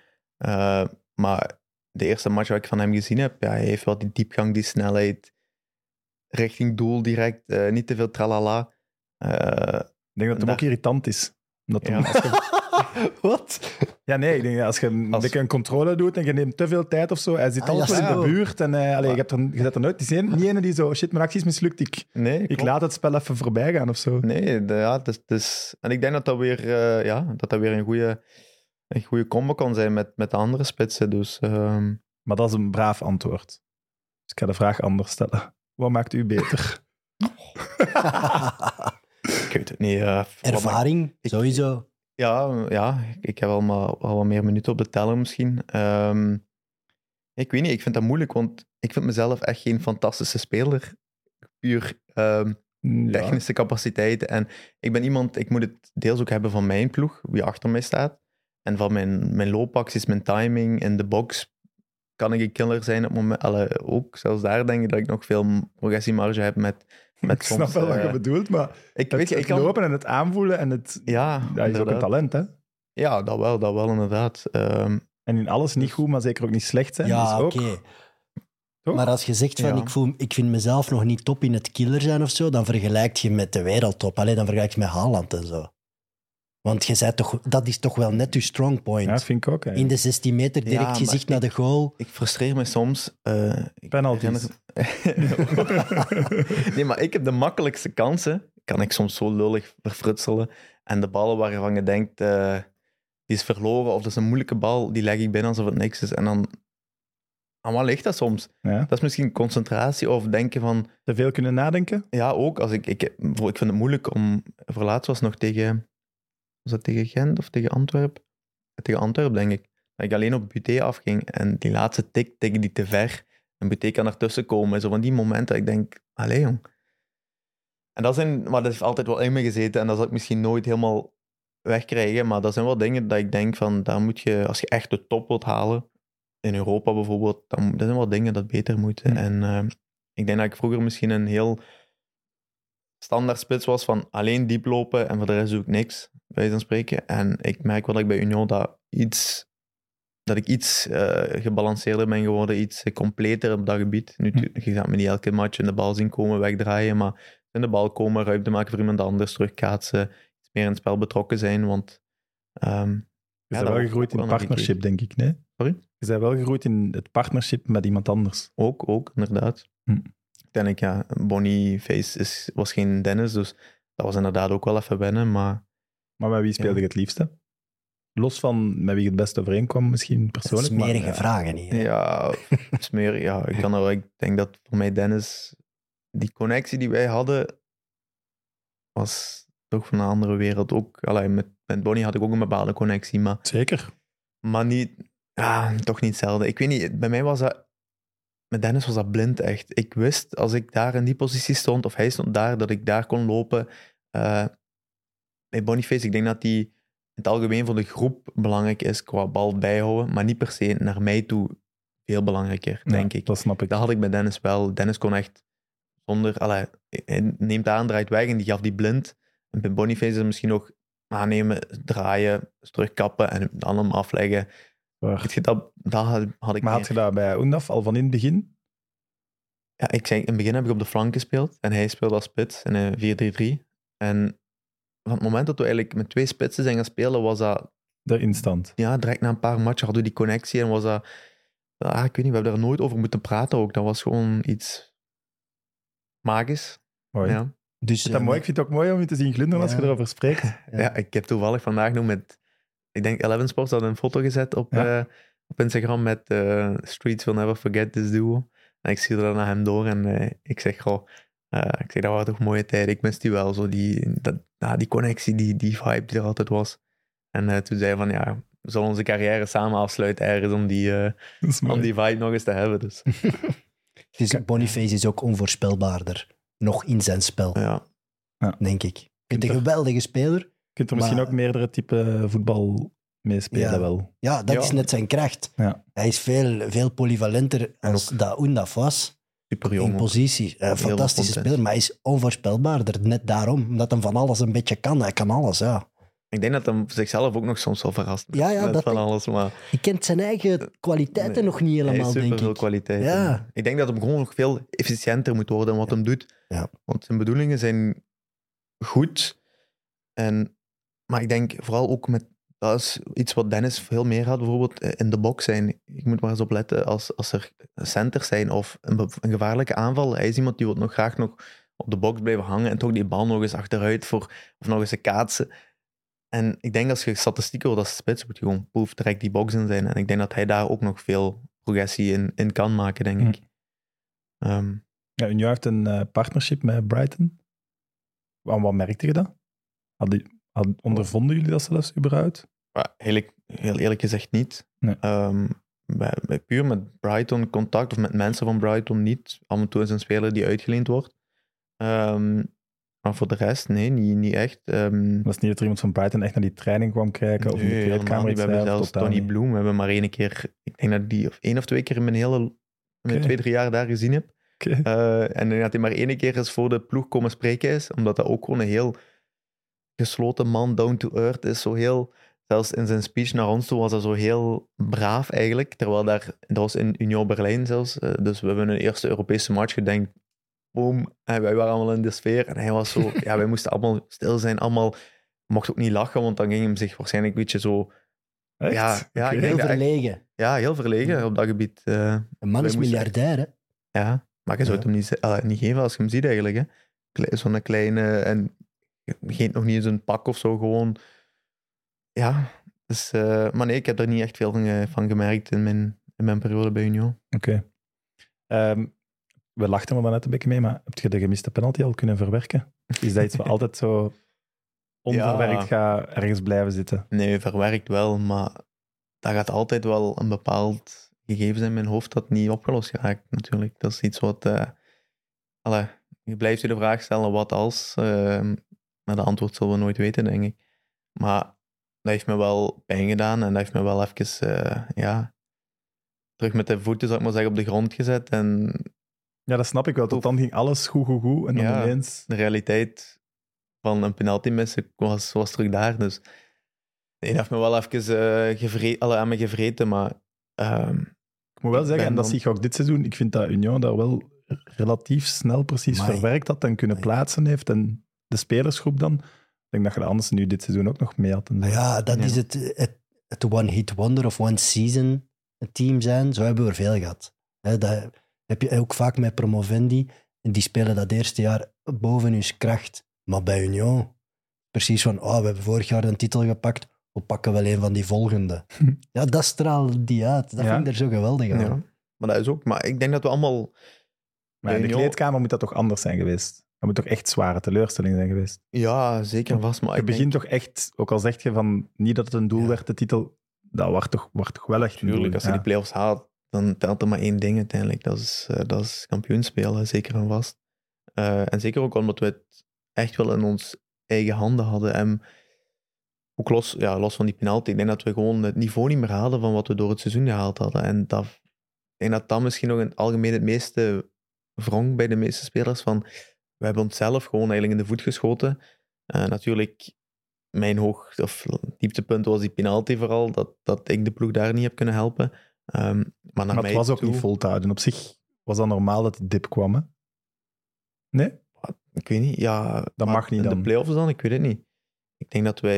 Maar de eerste match wat ik van hem gezien heb, ja, hij heeft wel die diepgang, die snelheid, richting doel direct, niet te veel tralala. Ik denk dat het ook irritant is. Omdat Ja. als je- Wat? Ja, nee, ik denk dat als je een beetje een controle doet en je neemt te veel tijd of zo, hij zit altijd ja, wel in zo. de buurt en je zet er nooit. Het is niet ene die zo, shit, mijn actie is mislukt, Nee, ik klopt. laat het spel even voorbij gaan of zo. Nee, het is... En ik denk dat dat weer, een goede combo kan zijn met de andere spitsen. Dus Maar dat is een braaf antwoord. Dus ik ga de vraag anders stellen. Wat maakt u beter? ik weet het niet. Ervaring, sowieso. Ja, ik heb al wat meer minuten op de teller misschien. Ik weet niet, ik vind dat moeilijk, want ik vind mezelf echt geen fantastische speler. Puur Ja. technische capaciteiten. En ik ben iemand, ik moet het deels ook hebben van mijn ploeg, wie achter mij staat. En van mijn loopacties, mijn timing in de box kan ik een killer zijn op het moment. Ook zelfs daar denk ik dat ik nog veel progressiemarge heb met Ik snap soms, wel wat je bedoelt, maar het lopen en het aanvoelen en het... Ja, dat is ook een inderdaad. talent, hè? Ja, dat wel inderdaad. En in alles niet goed, maar zeker ook niet slecht zijn. Ja, is ook, oké. toch? Maar als je zegt van Ja. ik vind mezelf nog niet top in het killer zijn of zo, dan vergelijk je met de wereldtop. Allee, dan vergelijk je met Haaland en zo. Want dat is toch wel net je strong point. Ja, dat vind ik ook. Hè. In de 16 meter direct Ja, gezicht maar naar de goal. Ik frustreer me soms. Penalties. Nee, maar ik heb de makkelijkste kansen. Kan ik soms zo lullig verfrutselen. En de ballen waarvan je denkt, die is verloren of dat is een moeilijke bal, die leg ik binnen alsof het niks is. En dan... Aan wat ligt dat soms? Ja. Dat is misschien concentratie of denken van... Te veel kunnen nadenken? Ja, ook. Als ik vind het moeilijk om... Voor laatst was nog tegen... Was dat tegen Gent of tegen Antwerpen? Tegen Antwerpen, denk ik. Dat ik alleen op Buté afging en die laatste tikte die te ver. En Buté kan ertussen komen. Zo van die momenten dat ik denk... Allee, jong. En maar dat heeft altijd wel in me gezeten en dat zal ik misschien nooit helemaal wegkrijgen. Maar dat zijn wel dingen dat ik denk van, daar moet je, als je echt de top wilt halen, in Europa bijvoorbeeld, dat zijn wel dingen dat beter moeten. En ik denk dat ik vroeger misschien een heel standaard spits was van alleen diep lopen en voor de rest doe ik niks, bij wijze van spreken. En ik merk wel dat ik bij Union dat ik iets gebalanceerder ben geworden, iets completer op dat gebied. Nu, je gaat me niet elke match in de bal zien komen, wegdraaien, maar in de bal komen, ruimte maken voor iemand anders, terugkaatsen, iets meer in het spel betrokken zijn, want... je bent wel gegroeid in partnership, denk ik, nee? Sorry? Je bent wel gegroeid in het partnership met iemand anders. Ook, inderdaad. Uiteindelijk, ja, Boniface was geen Dennis, dus dat was inderdaad ook wel even wennen, maar... Maar met wie speelde je het liefste? Los van met wie het best overeenkwam, misschien persoonlijk. Smerige vragen hier. Ja, smerig. Ja, ik denk dat voor mij Dennis... Die connectie die wij hadden, was toch van een andere wereld. Ook, met Bonnie had ik ook een bepaalde connectie, maar... Zeker. Maar niet... Ja, toch niet hetzelfde. Ik weet niet, bij mij was dat... Met Dennis was dat blind, echt. Ik wist, als ik daar in die positie stond, of hij stond daar, dat ik daar kon lopen. Bij Boniface, ik denk dat die in het algemeen voor de groep belangrijk is qua bal bijhouden, maar niet per se naar mij toe veel belangrijker, denk ik. Dat snap ik. Dat had ik bij Dennis wel. Dennis kon echt zonder... hij neemt aan, draait weg en die gaf die blind. En bij Boniface is het misschien nog aannemen, draaien, terugkappen en dan hem afleggen. Dat had ik maar had je dat bij Undaf al van in het begin? Ja, ik zei, in het begin heb ik op de flank gespeeld en hij speelde als spits in een 4-3-3. En van het moment dat we eigenlijk met 2 spitsen zijn gaan spelen, was dat... De instant. Ja, direct na een paar matchen hadden we die connectie en was dat... ik weet niet, we hebben er nooit over moeten praten ook. Dat was gewoon iets magisch. Mooi. Ja. Dus, ik vind het ook mooi om je te zien glunderen als je erover spreekt. Ja, ik heb toevallig vandaag nog met... Ik denk Eleven Sports had een foto gezet op Instagram met Streets Will Never Forget This Duo. En ik stuurde dat naar hem door en ik zeg, dat waren toch mooie tijden. Ik mis die wel, zo die connectie, die vibe die er altijd was. En toen zei hij van, ja, we zullen onze carrière samen afsluiten ergens om die vibe nog eens te hebben. Dus. Boniface is ook onvoorspelbaarder. Nog in zijn spel, denk ik. Je bent een geweldige speler. Je kunt er misschien ook meerdere typen voetbal meespelen wel. Ja, dat is net zijn kracht. Ja. Hij is veel polyvalenter als dat Undaf was. Super jong. In positie. Fantastische speler, maar hij is onvoorspelbaarder. Net daarom, omdat hij van alles een beetje kan. Hij kan alles, ja. Ik denk dat hij zichzelf ook nog soms wel verrast. Dat van alles, maar... Hij kent zijn eigen kwaliteiten nog niet helemaal, denk ik. Veel kwaliteiten. Ja. Ik denk dat hij gewoon nog veel efficiënter moet worden in wat hij doet. Ja. Want zijn bedoelingen zijn goed. Maar ik denk vooral ook dat is iets wat Dennis veel meer had, bijvoorbeeld in de box zijn. Ik moet maar eens op letten als er centers zijn of een gevaarlijke aanval. Hij is iemand die wil nog graag nog op de box blijven hangen en toch die bal nog eens achteruit of nog eens kaatsen. En ik denk als je statistieken wil als spits, moet je gewoon direct die box in zijn. En ik denk dat hij daar ook nog veel progressie in kan maken, denk ik. Union heeft een partnership met Brighton. Wat merkte je dat? Ondervonden jullie dat zelfs überhaupt? Heel eerlijk gezegd niet. Nee. Puur met Brighton contact of met mensen van Brighton niet. Af en toe is een speler die uitgeleend wordt. Maar voor de rest, nee, niet echt. Was het niet dat er iemand van Brighton echt naar die training kwam kijken? Of in de kleedkamer? We hebben zelfs Tony Bloom. We hebben maar 1 keer... Ik denk dat die 1 of 2 keer in mijn 2-3 jaar daar gezien heb. En dat hij maar 1 keer eens voor de ploeg komen spreken is. Omdat dat ook gewoon een heel gesloten man, down to earth is. Zo heel... Zelfs in zijn speech naar ons toe was dat zo heel braaf eigenlijk. Terwijl dat was in Union Berlijn zelfs. Dus we hebben een eerste Europese match gedenkt. Boom. En wij waren allemaal in de sfeer. En hij was zo... wij moesten allemaal stil zijn. Allemaal... Mocht ook niet lachen, want dan ging hem zich waarschijnlijk een beetje zo... Echt? Ja, heel verlegen. Echt, heel verlegen op dat gebied. Een man is miljardair, hè? Ja, maar je zou het hem niet geven als je hem ziet eigenlijk. Hè. Zo'n kleine... En geen nog niet eens een pak of zo, gewoon... Ja, dus, maar nee, ik heb er niet echt veel van gemerkt in mijn periode bij Union. Oké. We lachten er net een beetje mee, maar heb je de gemiste penalty al kunnen verwerken? Is dat iets wat altijd zo onverwerkt gaat ergens blijven zitten? Nee, verwerkt wel, maar dat gaat altijd wel een bepaald gegeven zijn in mijn hoofd dat niet opgelost geraakt natuurlijk. Dat is iets wat... je blijft je de vraag stellen, wat als? Maar de antwoord zullen we nooit weten, denk ik. Maar dat heeft me wel pijn gedaan en dat heeft me wel even terug met de voeten, zal ik maar zeggen, op de grond gezet. En Ja, dat snap ik wel. Tot dan ging alles goed. En dan ineens... de realiteit van een penalty missen was terug daar. Dus dat heeft me wel even aan me gevreten, maar... ik moet wel zeggen, en dat zie je ook dit seizoen, ik vind dat Union daar wel relatief snel precies verwerkt had en kunnen plaatsen heeft. En de spelersgroep dan. Ik denk dat je dat anders nu dit seizoen ook nog mee had. Ja, dat is het one-hit wonder of one-season team zijn. Zo hebben we er veel gehad. Dat heb je ook vaak met promovendi. En die spelen dat eerste jaar boven hun kracht. Maar bij Union, precies van, we hebben vorig jaar een titel gepakt, we pakken wel een van die volgende. Ja, dat straalde die uit. Dat vind ik er zo geweldig aan. Ja, maar dat is ook... Maar ik denk dat we allemaal... Maar in de kleedkamer moet dat toch anders zijn geweest? Dat moet toch echt zware teleurstelling zijn geweest? Ja, zeker vast. Maar je begint toch echt, ook al zeg je van niet dat het een doel werd, de titel, dat wordt toch wel echt een doel. Als je die play-offs haalt, dan telt er maar één ding uiteindelijk. Dat is kampioenspelen, zeker en vast. En zeker ook omdat we het echt wel in ons eigen handen hadden. En ook los van die penalty, ik denk dat we gewoon het niveau niet meer haalden van wat we door het seizoen gehaald hadden. En ik denk dat misschien nog in het algemeen het meeste wrong bij de meeste spelers van... We hebben onszelf gewoon eigenlijk in de voet geschoten. Natuurlijk, mijn dieptepunt was die penalty vooral, dat ik de ploeg daar niet heb kunnen helpen. Maar het was ook niet vol te houden. Op zich was dat normaal dat die dip kwam, hè? Nee? Ik weet niet, ja... Dat mag niet dan. De play-offs dan, ik weet het niet. Ik denk dat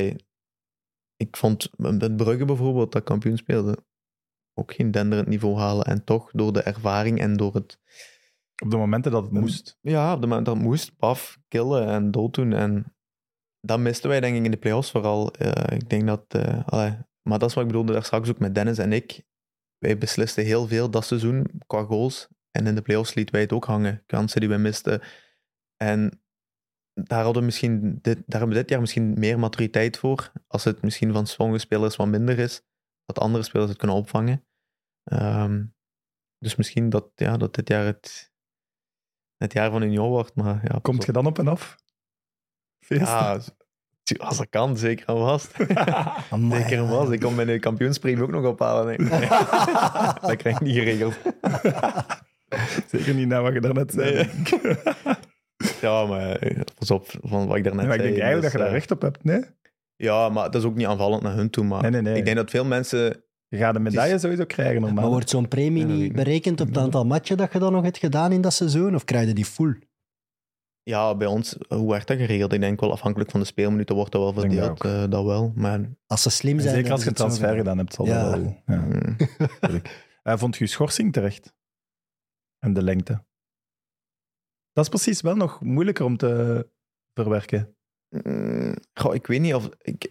ik vond met Brugge bijvoorbeeld, dat kampioen speelde, ook geen denderend niveau halen. En toch, door de ervaring en door het... Op de momenten dat het moest. Ja, op de momenten dat het moest. Paf, killen en dooddoen. En dat misten wij denk ik in de play-offs vooral. Ik denk dat... maar dat is wat ik bedoelde daar straks ook met Dennis en ik. Wij beslisten heel veel dat seizoen qua goals. En in de play-offs lieten wij het ook hangen. Kansen die wij misten. En daar hebben we dit jaar misschien meer maturiteit voor. Als het misschien van sommige spelers wat minder is. Dat andere spelers het kunnen opvangen. Dus misschien dat dit jaar het jaar van Union wordt. Maar ja, komt je dan op en af? Feest? Ja, als dat kan, zeker en vast. Zeker en vast. Ik kom mijn kampioenspremie ook nog ophalen. Nee. Dat krijg ik niet geregeld. Zeker niet na wat je daarnet zei. Nee. Ja, maar pas op van wat ik daarnet zei. Ik denk eigenlijk dat je daar recht op hebt, nee? Ja, maar dat is ook niet aanvallend naar hun toe. Maar nee. Ik denk dat veel mensen... Je gaat een medaille sowieso krijgen normaal. Maar wordt zo'n premie niet berekend op het aantal matchen dat je dan nog hebt gedaan in dat seizoen? Of krijg je die full? Ja, bij ons, hoe werd dat geregeld? Ik denk wel afhankelijk van de speelminuten wordt dat wel verdeeld. Dat wel, maar... Als ze slim zijn... Zeker als je een transfer gedaan hebt, zal dat wel... Ja. Vond je schorsing terecht? En de lengte? Dat is precies wel nog moeilijker om te verwerken. Ik weet niet of...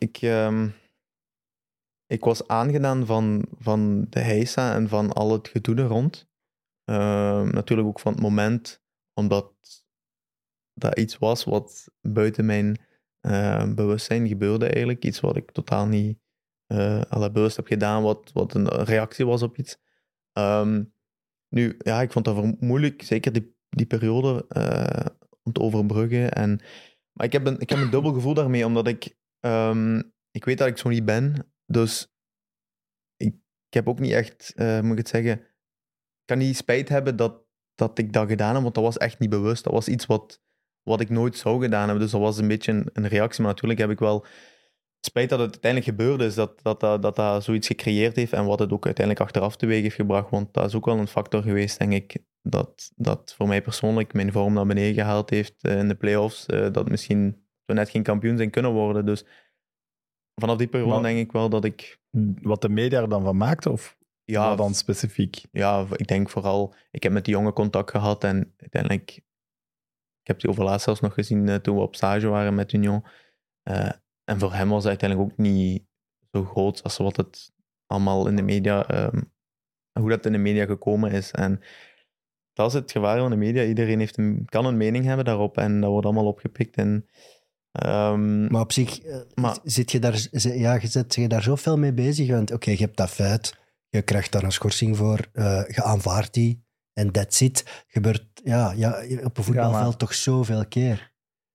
Ik was aangedaan van de heisa en van al het gedoe er rond. Natuurlijk ook van het moment, omdat dat iets was wat buiten mijn bewustzijn gebeurde eigenlijk. Iets wat ik totaal niet bewust heb gedaan, wat een reactie was op iets. Nu, ja, ik vond dat moeilijk, zeker die periode, om te overbruggen. Maar ik heb een dubbel gevoel daarmee, omdat ik weet dat ik zo niet ben. Dus ik heb ook niet echt, moet ik het zeggen, ik kan niet spijt hebben dat ik dat gedaan heb, want dat was echt niet bewust. Dat was iets wat ik nooit zou gedaan hebben. Dus dat was een beetje een reactie. Maar natuurlijk heb ik wel spijt dat het uiteindelijk gebeurd is, dat zoiets gecreëerd heeft en wat het ook uiteindelijk achteraf teweeg heeft gebracht. Want dat is ook wel een factor geweest, denk ik, dat voor mij persoonlijk mijn vorm naar beneden gehaald heeft in de play-offs. Dat misschien we net geen kampioen zijn kunnen worden. Dus vanaf die periode denk ik wel dat ik... Wat de media er dan van maakte, of wat dan specifiek? Ja, ik denk vooral... Ik heb met die jongen contact gehad en uiteindelijk... Ik heb die overlaatst zelfs nog gezien toen we op stage waren met Union. En voor hem was het uiteindelijk ook niet zo groot als wat het allemaal in de media... hoe dat in de media gekomen is. En dat is het gevaar van de media. Iedereen kan een mening hebben daarop en dat wordt allemaal opgepikt en... maar op zich zit je daar zoveel mee bezig. Want oké, je hebt dat feit, je krijgt daar een schorsing voor, je aanvaardt die en that's it. Gebeurt op een voetbalveld toch zoveel keer.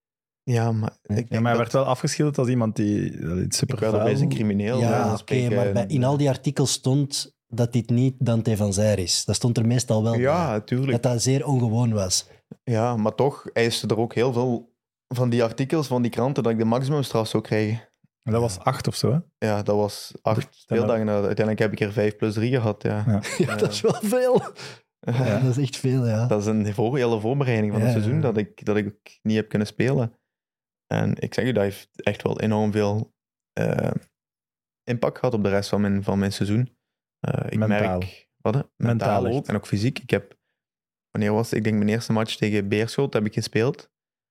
Ja, maar ik denk Ja, maar hij werd wel afgeschilderd als iemand die super ik werd opeens een crimineel. Ja, oké, maar in al die artikels stond dat dit niet Dante van Zijr is. Dat stond er meestal wel bij. Ja, natuurlijk. Dat dat zeer ongewoon was. Ja, maar toch eiste er ook heel veel van die artikels van die kranten dat ik de maximumstraf zou krijgen. Dat was 8 of zo, hè? Ja, dat was 8 speeldagen. Uiteindelijk heb ik er 5+3 gehad, ja. Ja. Ja, dat is wel veel. Ja. Dat is echt veel, ja. Dat is een hele voorbereiding van het Ja, seizoen dat ik ook niet heb kunnen spelen. En ik zeg u, dat heeft echt wel enorm veel impact gehad op de rest van mijn seizoen. Ik Mentaal. merk... Wat? Hè? Mentaal Mentaal ook. echt. En ook fysiek. Ik heb... Wanneer was het? Ik denk mijn eerste match tegen Beerschot heb ik gespeeld.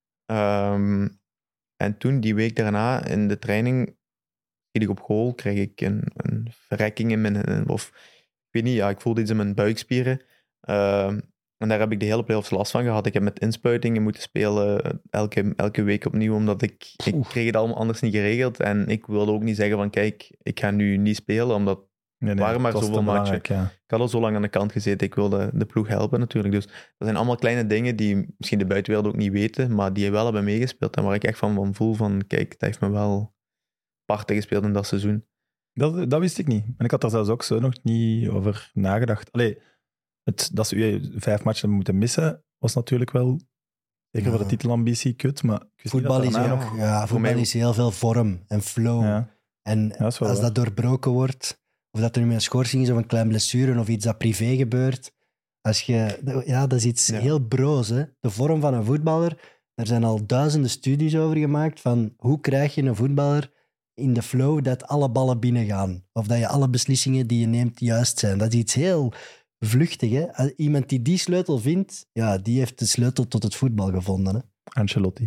En toen, die week daarna, in de training, schiet ik op goal, kreeg ik een verrekking in mijn... Of, ik weet niet, ja, ik voelde iets in mijn buikspieren. En daar heb ik de hele playoffs last van gehad. Ik heb met inspuitingen moeten spelen elke week opnieuw, omdat ik kreeg het allemaal anders niet geregeld. En ik wilde ook niet zeggen van, kijk, ik ga nu niet spelen, omdat Nee, waren maar het was zoveel te matchen. belangrijk, ja. ik had al zo lang aan de kant gezeten. Ik wilde de ploeg helpen natuurlijk. Dus dat zijn allemaal kleine dingen die misschien de buitenwereld ook niet weten, maar die wel hebben meegespeeld. En waar ik echt van voel van, kijk, dat heeft me wel parten gespeeld in dat seizoen. Dat wist ik niet. En ik had daar zelfs ook zo nog niet over nagedacht. Allee, dat ze 5 matchen hebben moeten missen, was natuurlijk wel, zeker voor de titelambitie, kut. Maar ik wist Voetbal, niet is, dat ook, daarna nog... ja, voetbal is heel veel vorm en flow. Ja, En dat is wel als waar. dat doorbroken wordt, of dat er nu met een schorsing is of een klein blessure of iets dat privé gebeurt, dat is iets heel broos. Hè? De vorm van een voetballer, er zijn al duizenden studies over gemaakt van hoe krijg je een voetballer in de flow dat alle ballen binnengaan. Of dat je alle beslissingen die je neemt juist zijn. Dat is iets heel vluchtig. Hè? Iemand die die sleutel vindt, ja, die heeft de sleutel tot het voetbal gevonden. Hè? Ancelotti.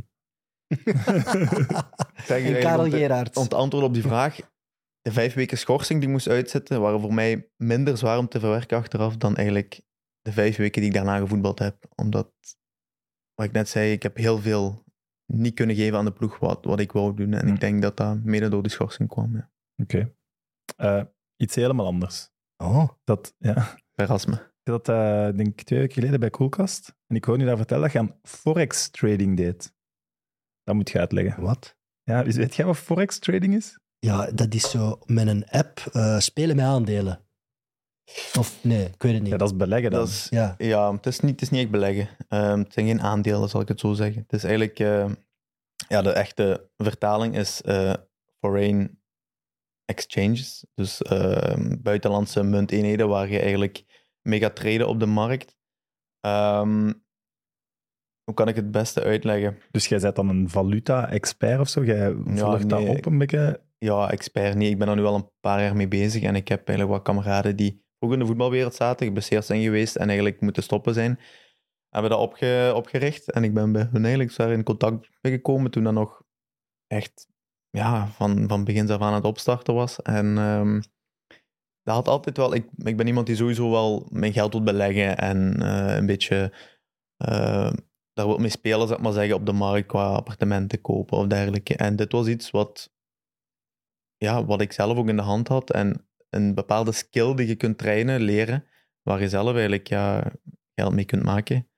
En Karel Gerards. Om te antwoorden op die vraag, de 5 weken schorsing die ik moest uitzitten, waren voor mij minder zwaar om te verwerken achteraf dan eigenlijk de 5 weken die ik daarna gevoetbald heb. Omdat, wat ik net zei, ik heb heel veel niet kunnen geven aan de ploeg wat ik wou doen. En ik denk dat dat mede door die schorsing kwam. Ja. Oké. Iets helemaal anders. Oh. Verras me. Ik had denk ik 2 weken geleden bij Coolcast. En ik hoorde je daar vertellen dat je aan Forex trading deed. Dat moet je uitleggen. Wat? Ja, dus weet jij wat Forex trading is? Ja, dat is zo met een app spelen met aandelen. Of nee, ik weet het niet. Ja, dat is beleggen dan. Dat is, Ja. ja, het is niet echt beleggen. Het zijn geen aandelen, zal ik het zo zeggen. Het is eigenlijk... de echte vertaling is foreign exchanges. Dus buitenlandse munteenheden waar je eigenlijk mee gaat traden op de markt. Hoe kan ik het beste uitleggen? Dus jij bent dan een valuta-expert of zo? Jij volgt dat op een beetje? Ja, expert niet. Ik ben er nu al een paar jaar mee bezig en ik heb eigenlijk wat kameraden die ook in de voetbalwereld zaten, geblesseerd zijn geweest en eigenlijk moeten stoppen zijn. Hebben dat opgericht en ik ben bij hun eigenlijk daar in contact mee gekomen toen dat nog echt van begin af aan het opstarten was. En dat had altijd wel... Ik ben iemand die sowieso wel mijn geld wil beleggen en een beetje daar wil mee spelen, zeg maar zeggen, op de markt qua appartementen kopen of dergelijke. En dit was iets wat ik zelf ook in de hand had en een bepaalde skill die je kunt trainen, leren, waar je zelf eigenlijk geld mee kunt maken.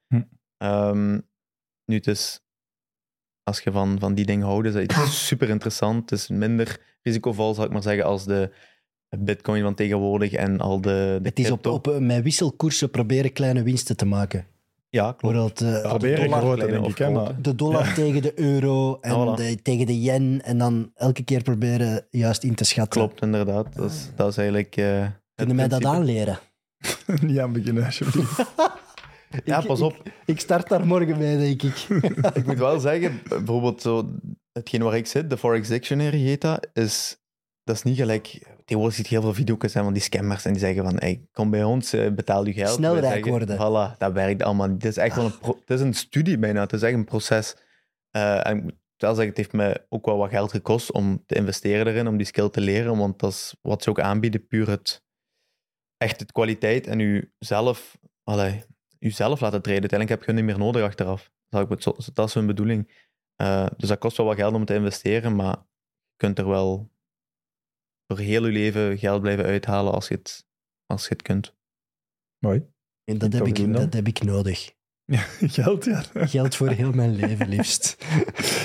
Nu, het is, als je van die dingen houdt, is dat iets super interessant. Het is minder risicovol, zal ik maar zeggen, als de bitcoin van tegenwoordig en al de Het is crypto. met wisselkoersen proberen kleine winsten te maken. Ja, klopt. Bijvoorbeeld Proberen dollar, groter, kleine denk of ik. Hè, maar... grote. de dollar tegen de euro en Voilà. tegen de yen. En dan elke keer proberen juist in te schatten. Klopt, inderdaad. Dat is eigenlijk... Kunnen mij dat aanleren? Niet aan beginnen, alsjeblieft. Ja, pas op. Ik start daar morgen mee, denk ik. Ik moet wel zeggen, bijvoorbeeld zo, hetgeen waar ik zit, de Forex Dictionary heet dat is niet gelijk... Tegenwoordig ziet je heel veel video's van die scammers en die zeggen van, hey, kom bij ons, betaal je geld. Snel Wij rijk zeggen, worden. Voilà, dat werkt allemaal niet. Het is echt wel het is een studie bijna, het is echt een proces. En ik moet wel zeggen, het heeft me ook wel wat geld gekost om te investeren erin, om die skill te leren, want dat is wat ze ook aanbieden, puur het kwaliteit en uzelf laten treden. Uiteindelijk heb je niet meer nodig achteraf. Dat is hun bedoeling. Dus dat kost wel wat geld om te investeren, maar je kunt er wel door heel je leven geld blijven uithalen als je het kunt. Mooi. Dat heb ik nodig. Ja, geld, ja. Geld voor heel mijn leven, liefst.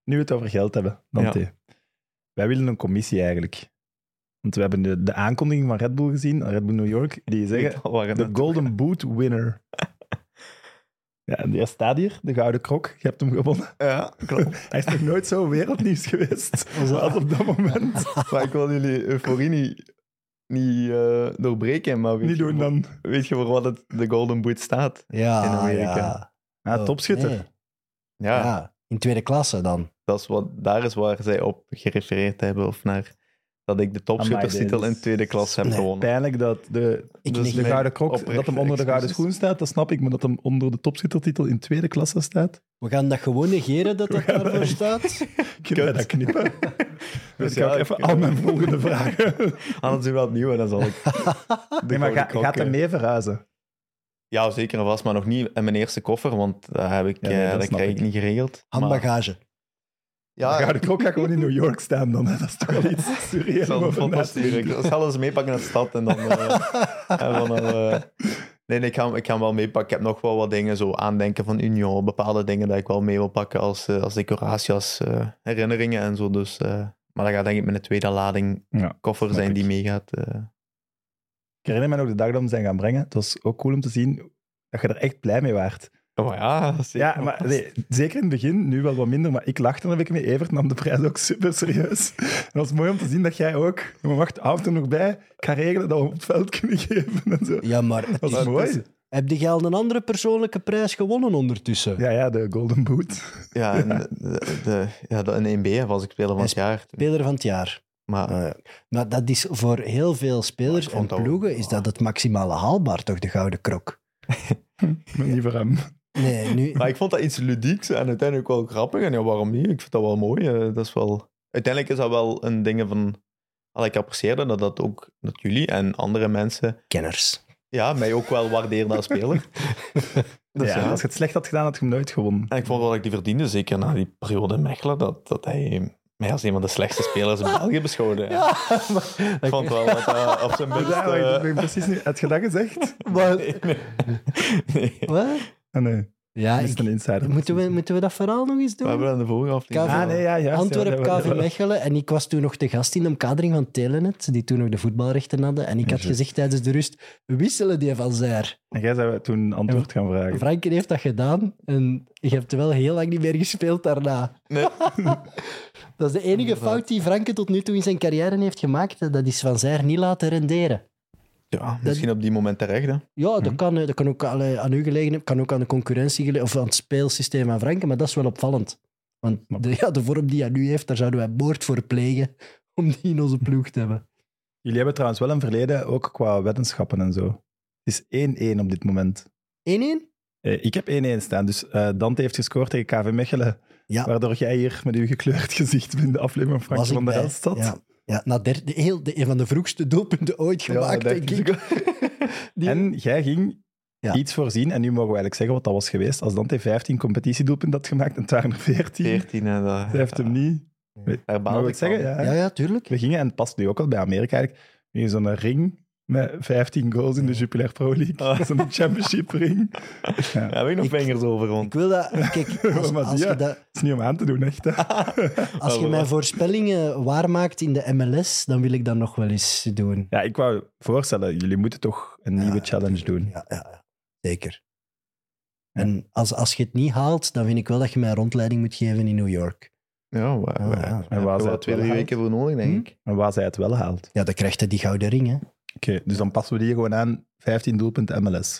Nu we het over geld hebben, Dante. Ja. Wij willen een commissie eigenlijk. Want we hebben de aankondiging van Red Bull gezien, Red Bull New York, die zeggen de Golden Boot winner. Ja, en die staat hier, de Gouden Krok. Je hebt hem gewonnen. Ja, klopt. Hij is nog nooit zo wereldnieuws geweest als op dat moment. Maar ik wil jullie euforie niet doorbreken. Maar Niet doen dan. Weet je voor wat de Golden Boot staat Ja, in Amerika? Ja, topschutter. nee. Ja, Ja, in tweede klasse dan. daar is waar zij op gerefereerd hebben. Of naar dat ik de topschutterstitel Amai, in tweede klas heb Nee. gewonnen. Pijnlijk dat de Gouden Krok, oprechte dat hem onder de Gouden excuses. Schoen staat, dat snap ik, maar dat hem onder de topschuttertitel in tweede klasse staat, We gaan dat gewoon negeren dat We dat gaan daarvoor dat- staat. kunnen wij dat knippen? Dus ja, ga ik even ik- al mijn volgende vragen. Anders doen we wat nieuw en dan zal ik... Nee, maar gaat hij mee verhuizen? Ja, zeker en vast, maar nog niet in mijn eerste koffer, want dat heb ik, Ja, nee, dat dat snap krijg ik ik. niet geregeld. Handbagage. De Ja, Gouden Krok gaat gewoon in New York staan dan. Hè. Dat is toch wel iets ik surreal zal om een over foto na te sturen. denken. Ik zal eens meepakken naar de stad en dan... Nee, ik ga hem wel meepakken. Ik heb nog wel wat dingen, zo aandenken van Union, bepaalde dingen dat ik wel mee wil pakken als decoratie, als herinneringen en zo. Dus, maar dat gaat denk ik met een tweede lading Ja, koffer snap zijn ik. die meegaat. Ik herinner me nog de dag dat we hem zijn gaan brengen. Het was ook cool om te zien dat je er echt blij mee waart. Oh ja, zeker. Ja, maar nee, zeker in het begin, nu wel wat minder, maar ik lachte er een beetje mee. Evert nam de prijs ook super serieus. En het was mooi om te zien dat jij ook... Maar wacht, hou er nog bij. Ik ga regelen dat we op het veld kunnen geven en zo. Ja, maar het Dat is- was mooi. heb je al een andere persoonlijke prijs gewonnen ondertussen? Ja, de Golden Boot. Ja, en een 1B was ik speler van het jaar. Speler van het jaar. Maar Ah, ja. Maar dat is voor heel veel spelers Ik en vond dat ploegen ook- is dat het maximale haalbaar, toch, de Gouden Krok? Maar niet voor hem. Nee, nu... Maar ik vond dat iets ludieks en uiteindelijk wel grappig. En ja, waarom niet? Ik vind dat wel mooi. Dat is wel... Uiteindelijk is dat wel een ding van... Ik apprecieerde dat jullie en andere mensen Kenners. mij ook wel waardeerden als speler. Dus Ja, als je het slecht had gedaan, had je hem nooit gewonnen. En ik vond wel dat ik die verdiende, zeker na die periode in Mechelen, dat hij mij als een van de slechtste spelers in België beschouwde. Ja. Ja, maar... Ik vond wel dat hij op zijn minst... Ja, ik ben precies niet... Had je dat gezegd? Nee. Wat? Ah, nee. Ja, Dat is een insider. moeten we dat verhaal nog eens We doen? hebben aan de vorige aflevering... KV Ah, nee, ja, juist. Antwerp, Ja, KV Mechelen. En ik was toen nog te gast in de omkadering van Telenet, die toen nog de voetbalrechten hadden. En ik had Ja, gezegd tijdens de rust, we wisselen die van Zaire. En jij zou toen antwoord gaan vragen. Franken heeft dat gedaan en je hebt wel heel lang niet meer gespeeld daarna. Nee. Dat is de enige fout die Franke tot nu toe in zijn carrière heeft gemaakt. Dat is van Zaire niet laten renderen. Ja, misschien op die moment terecht, hè. Ja, dat kan ook aan u gelegen hebben, kan ook aan de concurrentie gelegen of aan het speelsysteem van Franke, maar dat is wel opvallend. Want de vorm die hij nu heeft, daar zouden wij moord voor plegen om die in onze ploeg te hebben. Jullie hebben trouwens wel een verleden, ook qua weddenschappen en zo. Het is 1-1 op dit moment. 1-1? Ik heb 1-1 staan, dus Dante heeft gescoord tegen KV Mechelen, Ja. waardoor jij hier met uw gekleurd gezicht in de aflevering van Frank Was ik van der bij. Elst zat. Ja, ja na een van de vroegste doelpunten ooit gemaakt, denk ik. Die- En jij ging Ja. iets voorzien, en nu mogen we eigenlijk zeggen wat dat was geweest. Als Dante 15 competitiedoelpunten had gemaakt en het waren er 14, 14, hè. hij heeft hem niet... Daar Mogen baalde we ik het zeggen? van. Ja. Ja, tuurlijk. We gingen, en het past nu ook al bij Amerika eigenlijk, we gingen zo'n ring met 15 goals in de Jupiler Pro League. Zo'n championship ring. Ja. Daar heb ik nog vingers over rond. Ik wil dat... Kijk, Maar als ja. je dat... Dat is niet om aan te doen, echt. Hè. Als je mijn voorspellingen waarmaakt in de MLS, dan wil ik dat nog wel eens doen. Ja, ik wou voorstellen, jullie moeten toch een nieuwe challenge doen. Ja, zeker. En als je het niet haalt, dan vind ik wel dat je mij een rondleiding moet geven in New York. Ja, ja. En waar zij wel het 2-3 wel weken voor nodig, denk ik. En waar zij het wel haalt. Ja, dan krijgt hij die gouden ring, hè. Oké, dus dan passen we die gewoon aan. 15 doelpunten MLS.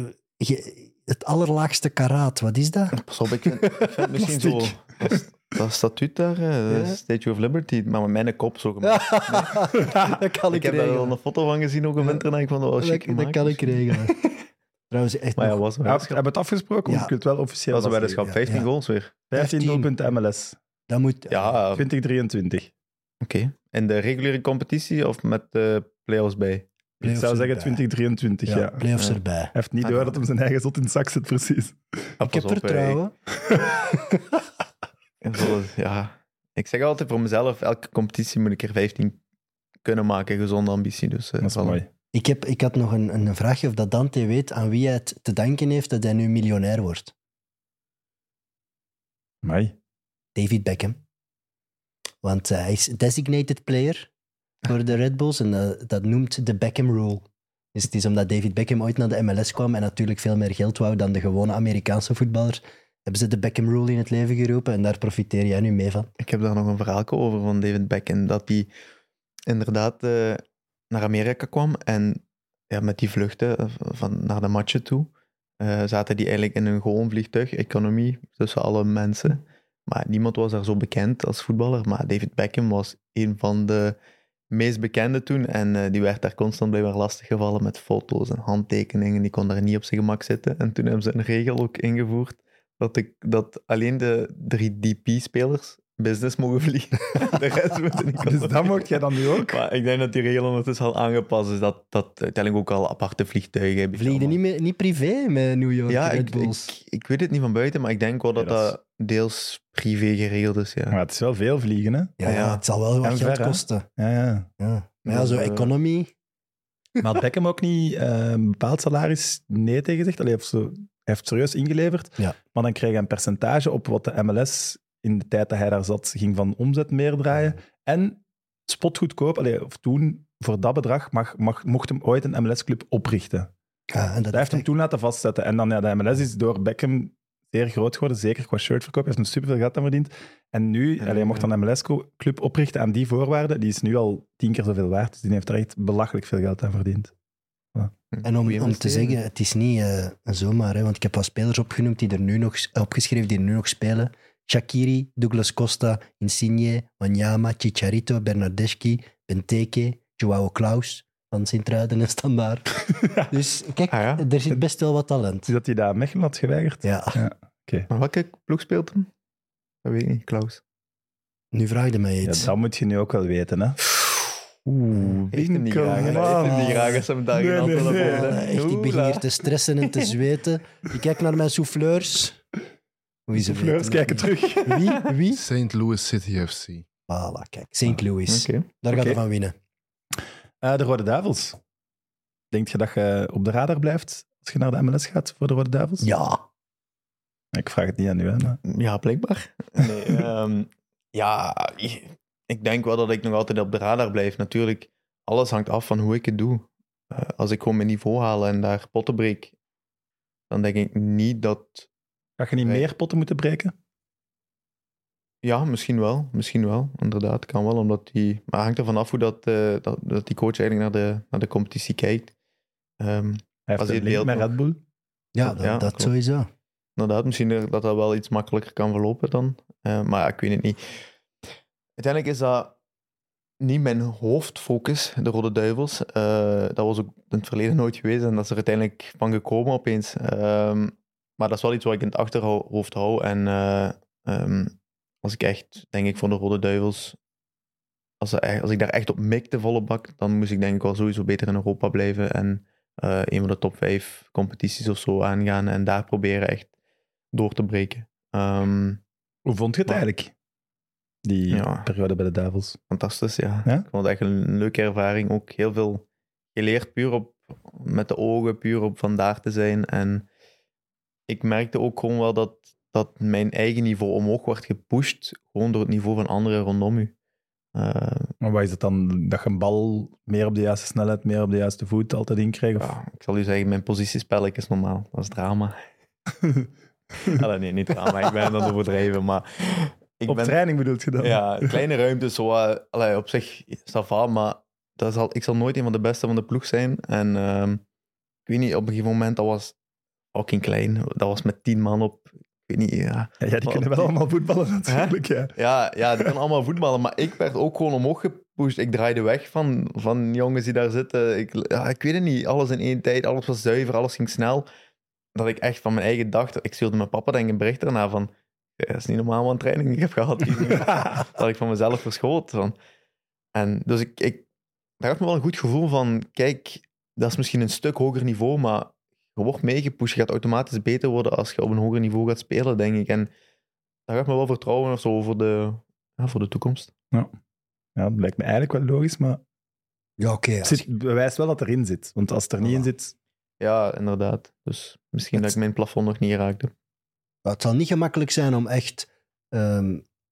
Het allerlaagste karaat, wat is dat? Pas op, ik vind misschien zo... Dat statuut daar, de Statue of Liberty, maar met mijn kop zo gemaakt. Dat kan Ik ik heb daar wel regelen. een foto van gezien ook een winter en ik vond dat wel chic Dat gemaakt. kan ik regelen. Trouwens, echt Maar ja, nog was een Ja, weddenschap. hebben we het afgesproken? Ja. Of ik het wel officieel Dat was een vastleggen? weddenschap, 15 Ja. goals weer. 15 doelpunten MLS. dat moet... Ja, oké. 2023. En de reguliere competitie of met de play-offs bij? Ik Playoffs zou zeggen erbij. 2023, ja. Playoffs Ja. erbij. Hij heeft niet Ah, door ja. dat hem zijn eigen zot in het zak zit, precies. Ik heb vertrouwen. Ik zeg altijd voor mezelf, elke competitie moet ik er 15 kunnen maken, gezonde ambitie. Dus, Dat is voilà. mooi. Ik had nog een vraagje of dat Dante weet aan wie hij het te danken heeft dat hij nu miljonair wordt. Amai. David Beckham. Want hij is designated player voor de Red Bulls en dat noemt de Beckham Rule. Dus het is omdat David Beckham ooit naar de MLS kwam en natuurlijk veel meer geld wou dan de gewone Amerikaanse voetballers, hebben ze de Beckham Rule in het leven geroepen en daar profiteer jij nu mee van. Ik heb daar nog een verhaal over van David Beckham, dat hij inderdaad naar Amerika kwam en met die vluchten naar de matchen toe zaten die eigenlijk in een gewoon vliegtuig, economie, tussen alle mensen. Maar niemand was daar zo bekend als voetballer, maar David Beckham was een van de meest bekende toen en die werd daar constant blijkbaar lastiggevallen met foto's en handtekeningen, die kon daar niet op zijn gemak zitten. En toen hebben ze een regel ook ingevoerd dat alleen de 3DP-spelers business mogen vliegen. De rest moeten niet komen. Dus dat mocht jij dan nu ook? Maar ik denk dat die regel ondertussen al aangepast is, dat uiteindelijk ook al aparte vliegtuigen hebben. Vliegen niet privé met New York Red Bulls? Ik weet het niet van buiten, maar ik denk wel dat deels privé geregeld is. Ja. Maar het is wel veel vliegen, hè? Ja, het zal wel wat geld kosten. Ja. Maar ja, zo economie... Maar had Beckham ook niet een bepaald salaris nee tegen gezegd? Allee, hij heeft serieus ingeleverd, maar dan kreeg hij een percentage op wat de MLS in de tijd dat hij daar zat, ging van omzet meer draaien. En spotgoedkoop, of toen, voor dat bedrag, mocht hem ooit een MLS-club oprichten. Ja, en dat heeft hem toen laten vastzetten. En dan, de MLS is door Beckham zeer groot geworden, zeker qua shirtverkoop. Hij heeft hem superveel geld aan verdiend. En nu, hij mocht dan een MLS-club oprichten aan die voorwaarden. Die is nu al 10 keer zoveel waard. Dus die heeft er echt belachelijk veel geld aan verdiend. Ja. En om te zeggen, het is niet zomaar, hè, want ik heb wat spelers opgenoemd die er nu nog, opgeschreven die er nu nog spelen. Shaqiri, Douglas Costa, Insigne, Wanyama, Chicharito, Bernardeschi, Benteke, Joao Klaus van Sint-Truiden en Standaard. Dus kijk, er zit best wel wat talent. Is dat hij daar Mechelen had geweigerd? Ja. Okay. Maar welke ploeg speelt hem? Dat weet ik niet, Klaus. Nu vraag je mij iets. Ja, dat moet je nu ook wel weten, hè? Heeft hem niet graag als hem daar Echt, ik begin hier te stressen en te zweten. Ik kijk naar mijn souffleurs. Souffleurs kijken terug. Wie? St. Louis City FC. Voilà, kijk. St. Louis. Daar gaat hij van winnen. De Rode Duivels. Denk je dat je op de radar blijft als je naar de MLS gaat voor de Rode Duivels? Ja. Ik vraag het niet aan u, hè? Maar... Ja, blijkbaar. Nee, ik denk wel dat ik nog altijd op de radar blijf. Natuurlijk, alles hangt af van hoe ik het doe. Als ik gewoon mijn niveau haal en daar potten breek, dan denk ik niet dat... Ga je niet meer potten moeten breken? Ja, misschien wel. Inderdaad, kan wel. Omdat maar het hangt ervan af hoe dat die coach eigenlijk naar de competitie kijkt. Hij heeft een link met Red Bull. Ja, dat sowieso. Inderdaad, misschien dat wel iets makkelijker kan verlopen dan. Maar ik weet het niet. Uiteindelijk is dat niet mijn hoofdfocus, de Rode Duivels. Dat was ook in het verleden nooit geweest en dat is er uiteindelijk van gekomen opeens. Maar dat is wel iets wat ik in het achterhoofd hou. En als ik echt, denk ik, voor de Rode Duivels, als ik daar echt op mik de volle bak, dan moest ik denk ik wel sowieso beter in Europa blijven en een van de top 5 competities of zo aangaan en daar proberen echt door te breken. Hoe vond je het eigenlijk? Die periode bij de Duivels. Fantastisch, ja. Ik vond het echt een leuke ervaring. Ook heel veel geleerd, puur met de ogen, puur op vandaar te zijn. En ik merkte ook gewoon wel dat mijn eigen niveau omhoog wordt gepusht, gewoon door het niveau van anderen rondom u. Maar wat is het dan? Dat je een bal meer op de juiste snelheid, meer op de juiste voet altijd inkrijgt? Ja, ik zal u zeggen, mijn positiespel is normaal. Dat is drama. Nee, niet drama. Ik ben dan overdreven, maar... Training bedoelt je dan? Ja, kleine ruimtes, zo, op zich ça va, maar ik zal nooit een van de beste van de ploeg zijn. En ik weet niet, op een gegeven moment, dat was fucking klein. Dat was met 10 man op. Ik weet niet, ja, die kunnen wel allemaal voetballen natuurlijk. Ja, die kunnen allemaal voetballen, maar ik werd ook gewoon omhoog gepusht. Ik draaide weg van jongens die daar zitten. Ik weet het niet, alles in één tijd, alles was zuiver, alles ging snel. Dat ik echt van mijn eigen dacht, ik stuurde mijn papa denk een bericht daarna van... dat is niet normaal wat een training ik heb gehad. Dat ik van mezelf verschoot. En dus daar had me wel een goed gevoel van, kijk, dat is misschien een stuk hoger niveau, maar je wordt meegepusht. Je gaat automatisch beter worden als je op een hoger niveau gaat spelen, denk ik. En daar gaat me wel vertrouwen of zo voor de toekomst. Ja, dat lijkt me eigenlijk wel logisch, maar ja, oké. Het bewijst wel dat het erin zit. Want als het er niet in zit... Ja, inderdaad. Dus misschien dat ik mijn plafond nog niet raakte. Het zal niet gemakkelijk zijn om echt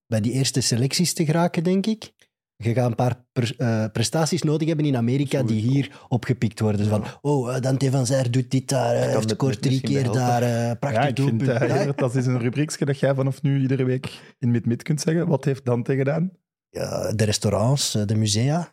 bij die eerste selecties te geraken, denk ik. Je gaat een paar prestaties nodig hebben in Amerika die hier opgepikt worden. Dus van, Dante van Zijr doet dit daar, heeft scoort 3 keer daar, prachtig ik vind doelpunt. dat is een rubriekje dat jij vanaf nu iedere week in Mid-Mid kunt zeggen. Wat heeft Dante gedaan? Ja, de restaurants, de musea.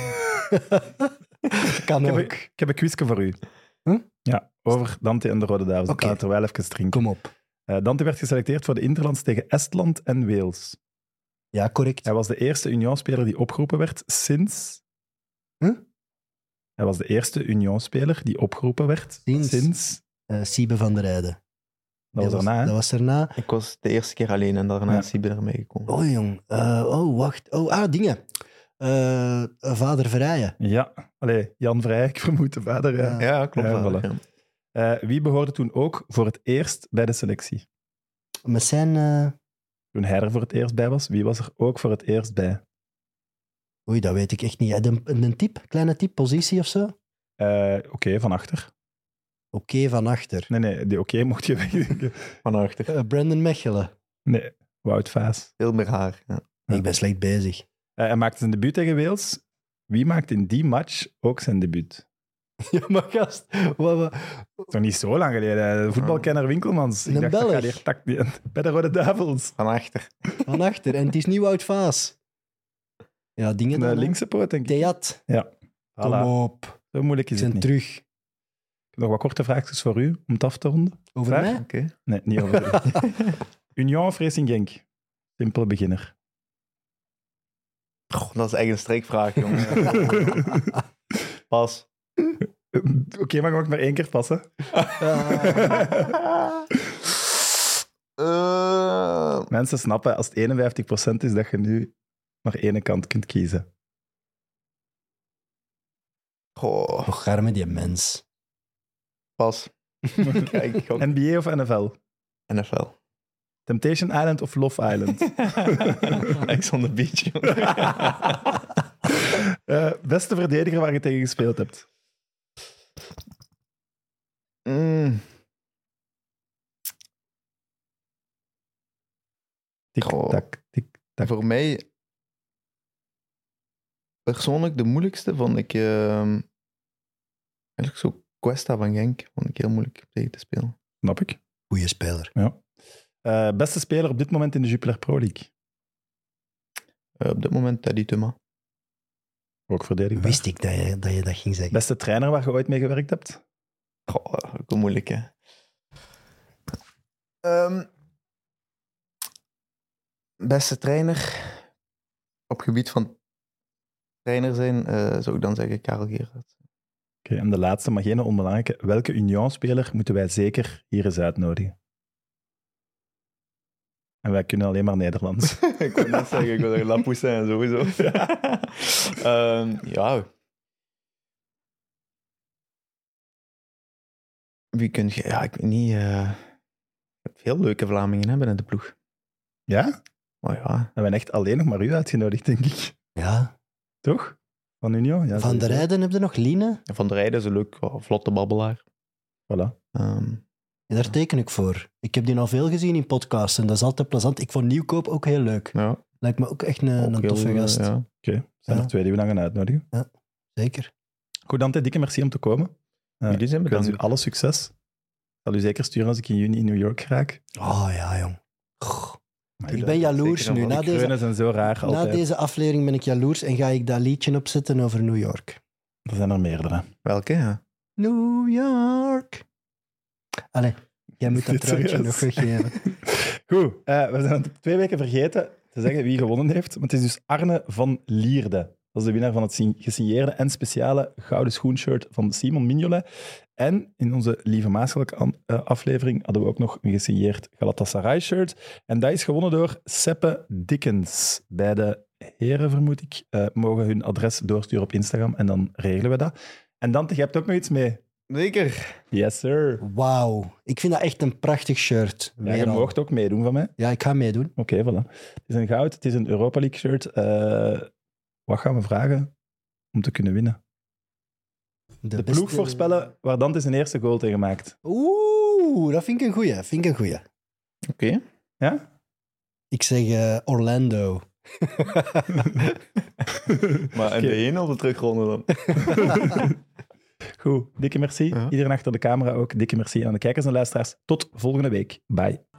Kan ook. Ik heb een quizje voor u. Huh? Ja, over Dante en de Rode Duivels. Ik Oké. ga het er wel even drinken. Kom op. Dante werd geselecteerd voor de Interlands tegen Estland en Wales. Ja, correct. Hij was de eerste Union-speler die opgeroepen werd sinds... Huh? Hij was de eerste Union-speler die opgeroepen werd sinds... Siebe van der Rijden. Dat was daarna, hè? Dat was daarna. Ik was de eerste keer alleen en daarna Ja. is Siebe ermee gekomen. Oh, jong. Wacht. Dingen. Vader Verrijen. Ja, allee, Jan Vrij, ik vermoed de vader. Ja. Ja, klopt. Ja, wel, voilà. ja. Wie behoorde toen ook voor het eerst bij de selectie? Met zijn... Toen hij er voor het eerst bij was, wie was er ook voor het eerst bij? Oei, dat weet ik echt niet. Een type? Kleine type? Positie of zo? Oké, van achter. Oké, van achter. Nee, die oké mocht je wegdenken. Van achter. Brandon Mechelen. Nee, Wout Vaas. Veel meer haar. Ja. Ik ben slecht bezig. Hij maakte zijn debuut tegen Wales. Wie maakte in die match ook zijn debuut? Ja, maar gast. Dat is nog niet zo lang geleden. De voetbalkenner Winkelmans. Een Ik dacht, Belg. dat gaat hier bij de Rode Duivels. Van achter. Van achter. En het is niet Wout Vaas. Ja, dingen dan. De hè. linkse poot, denk ik. Theat. Ja. Kom Voilà. op. Zo moeilijk Ik is het ben niet. terug. Ik heb nog wat korte vraagjes voor u, om het af te ronden. Over Vraag? mij? Oké. Nee, niet over u. Union of Racing Genk? Simpele beginner. Goh, dat is echt een streekvraag, jongen. Pas. Oké, maar je mag maar 1 keer passen. Mensen snappen, als het 51% is, dat je nu maar 1 kant kunt kiezen. Goh, Och, arme die mens. pas. Kijk, ik gok NBA of NFL? NFL. Temptation Island of Love Island? Ex on the beach, jongen. Beste verdediger waar je tegen gespeeld hebt? Goh. Tik-tak, tik-tak. Voor mij persoonlijk de moeilijkste vond ik eigenlijk zo Cuesta van Genk. Vond ik heel moeilijk tegen te spelen. Snap ik. Goeie speler. Ja. Beste speler op dit moment in de Jupiler Pro League? Op dit moment Teddy Thuma. Ook verdediger. Wist ik dat je dat ging zeggen. Beste trainer waar je ooit mee gewerkt hebt? Goh, ook wel moeilijk, hè. Beste trainer op gebied van trainer zijn, zou ik dan zeggen Karel Gerards. Oké, en de laatste, maar geen onbelangrijke. Welke Union-speler moeten wij zeker hier eens uitnodigen? En wij kunnen alleen maar Nederlands. Ik wil net zeggen, ik wil zeggen La Poussin sowieso. Ja. Wie kun je... Ja, ik weet niet... Je hebt veel leuke Vlamingen hè, binnen de ploeg. Ja? Maar ja... We hebben echt alleen nog maar u uitgenodigd, denk ik. Ja. Toch? Van Union? Ja, Van der sowieso. Rijden heb je nog Line? Van der Rijden is een leuk, vlotte babbelaar. Voilà. Ja, daar teken ik voor. Ik heb die al veel gezien in podcasts en dat is altijd plezant. Ik vond Nieuwkoop ook heel leuk. Ja, Lijkt me ook echt een ook toffe heel, gast. ja. Oké, zijn Ja. er 2 die we dan gaan uitnodigen. Zeker. Goed, Dante, dikke merci om te komen. Jullie zijn Ik wens bedankt. u alle succes. Ik zal u zeker sturen als ik in juni in New York raak. Oh ja, jong. Goh. Maar Ik dat- ben jaloers zeker nu. wel. Na Die kreunen deze, zijn zo raar na altijd. deze aflevering ben ik jaloers en ga ik dat liedje opzetten over New York. Er zijn er meerdere. Welke, ja? New York. Allee, jij moet dat Dit truitje serieus? nog weggeven. Goed, we zijn het 2 weken vergeten te zeggen wie gewonnen heeft. Maar het is dus Arne van Lierde. Dat is de winnaar van het gesigneerde en speciale gouden schoenshirt van Simon Mignolet. En in onze Lieve Maasgelijke aflevering hadden we ook nog een gesigneerd Galatasaray-shirt. En dat is gewonnen door Seppe Dickens. Beide heren, vermoed ik, mogen hun adres doorsturen op Instagram en dan regelen we dat. En Dante, je hebt ook nog iets mee. Zeker. Yes, sir. Wauw. Ik vind dat echt een prachtig shirt. Ja, Weer je al. moogt ook meedoen van mij. Ja, ik ga meedoen. Oké, voilà. Het is een goud, het is een Europa League shirt. Wat gaan we vragen om te kunnen winnen? De ploeg beste- voorspellen waar Dante zijn eerste goal tegen maakt. Oeh, dat vind ik een goeie. Oké. Ja? Ik zeg Orlando. Maar en de heen of de terugronde dan? Goed, dikke merci. Ja. Iedereen achter de camera ook. Dikke merci aan de kijkers en luisteraars. Tot volgende week. Bye.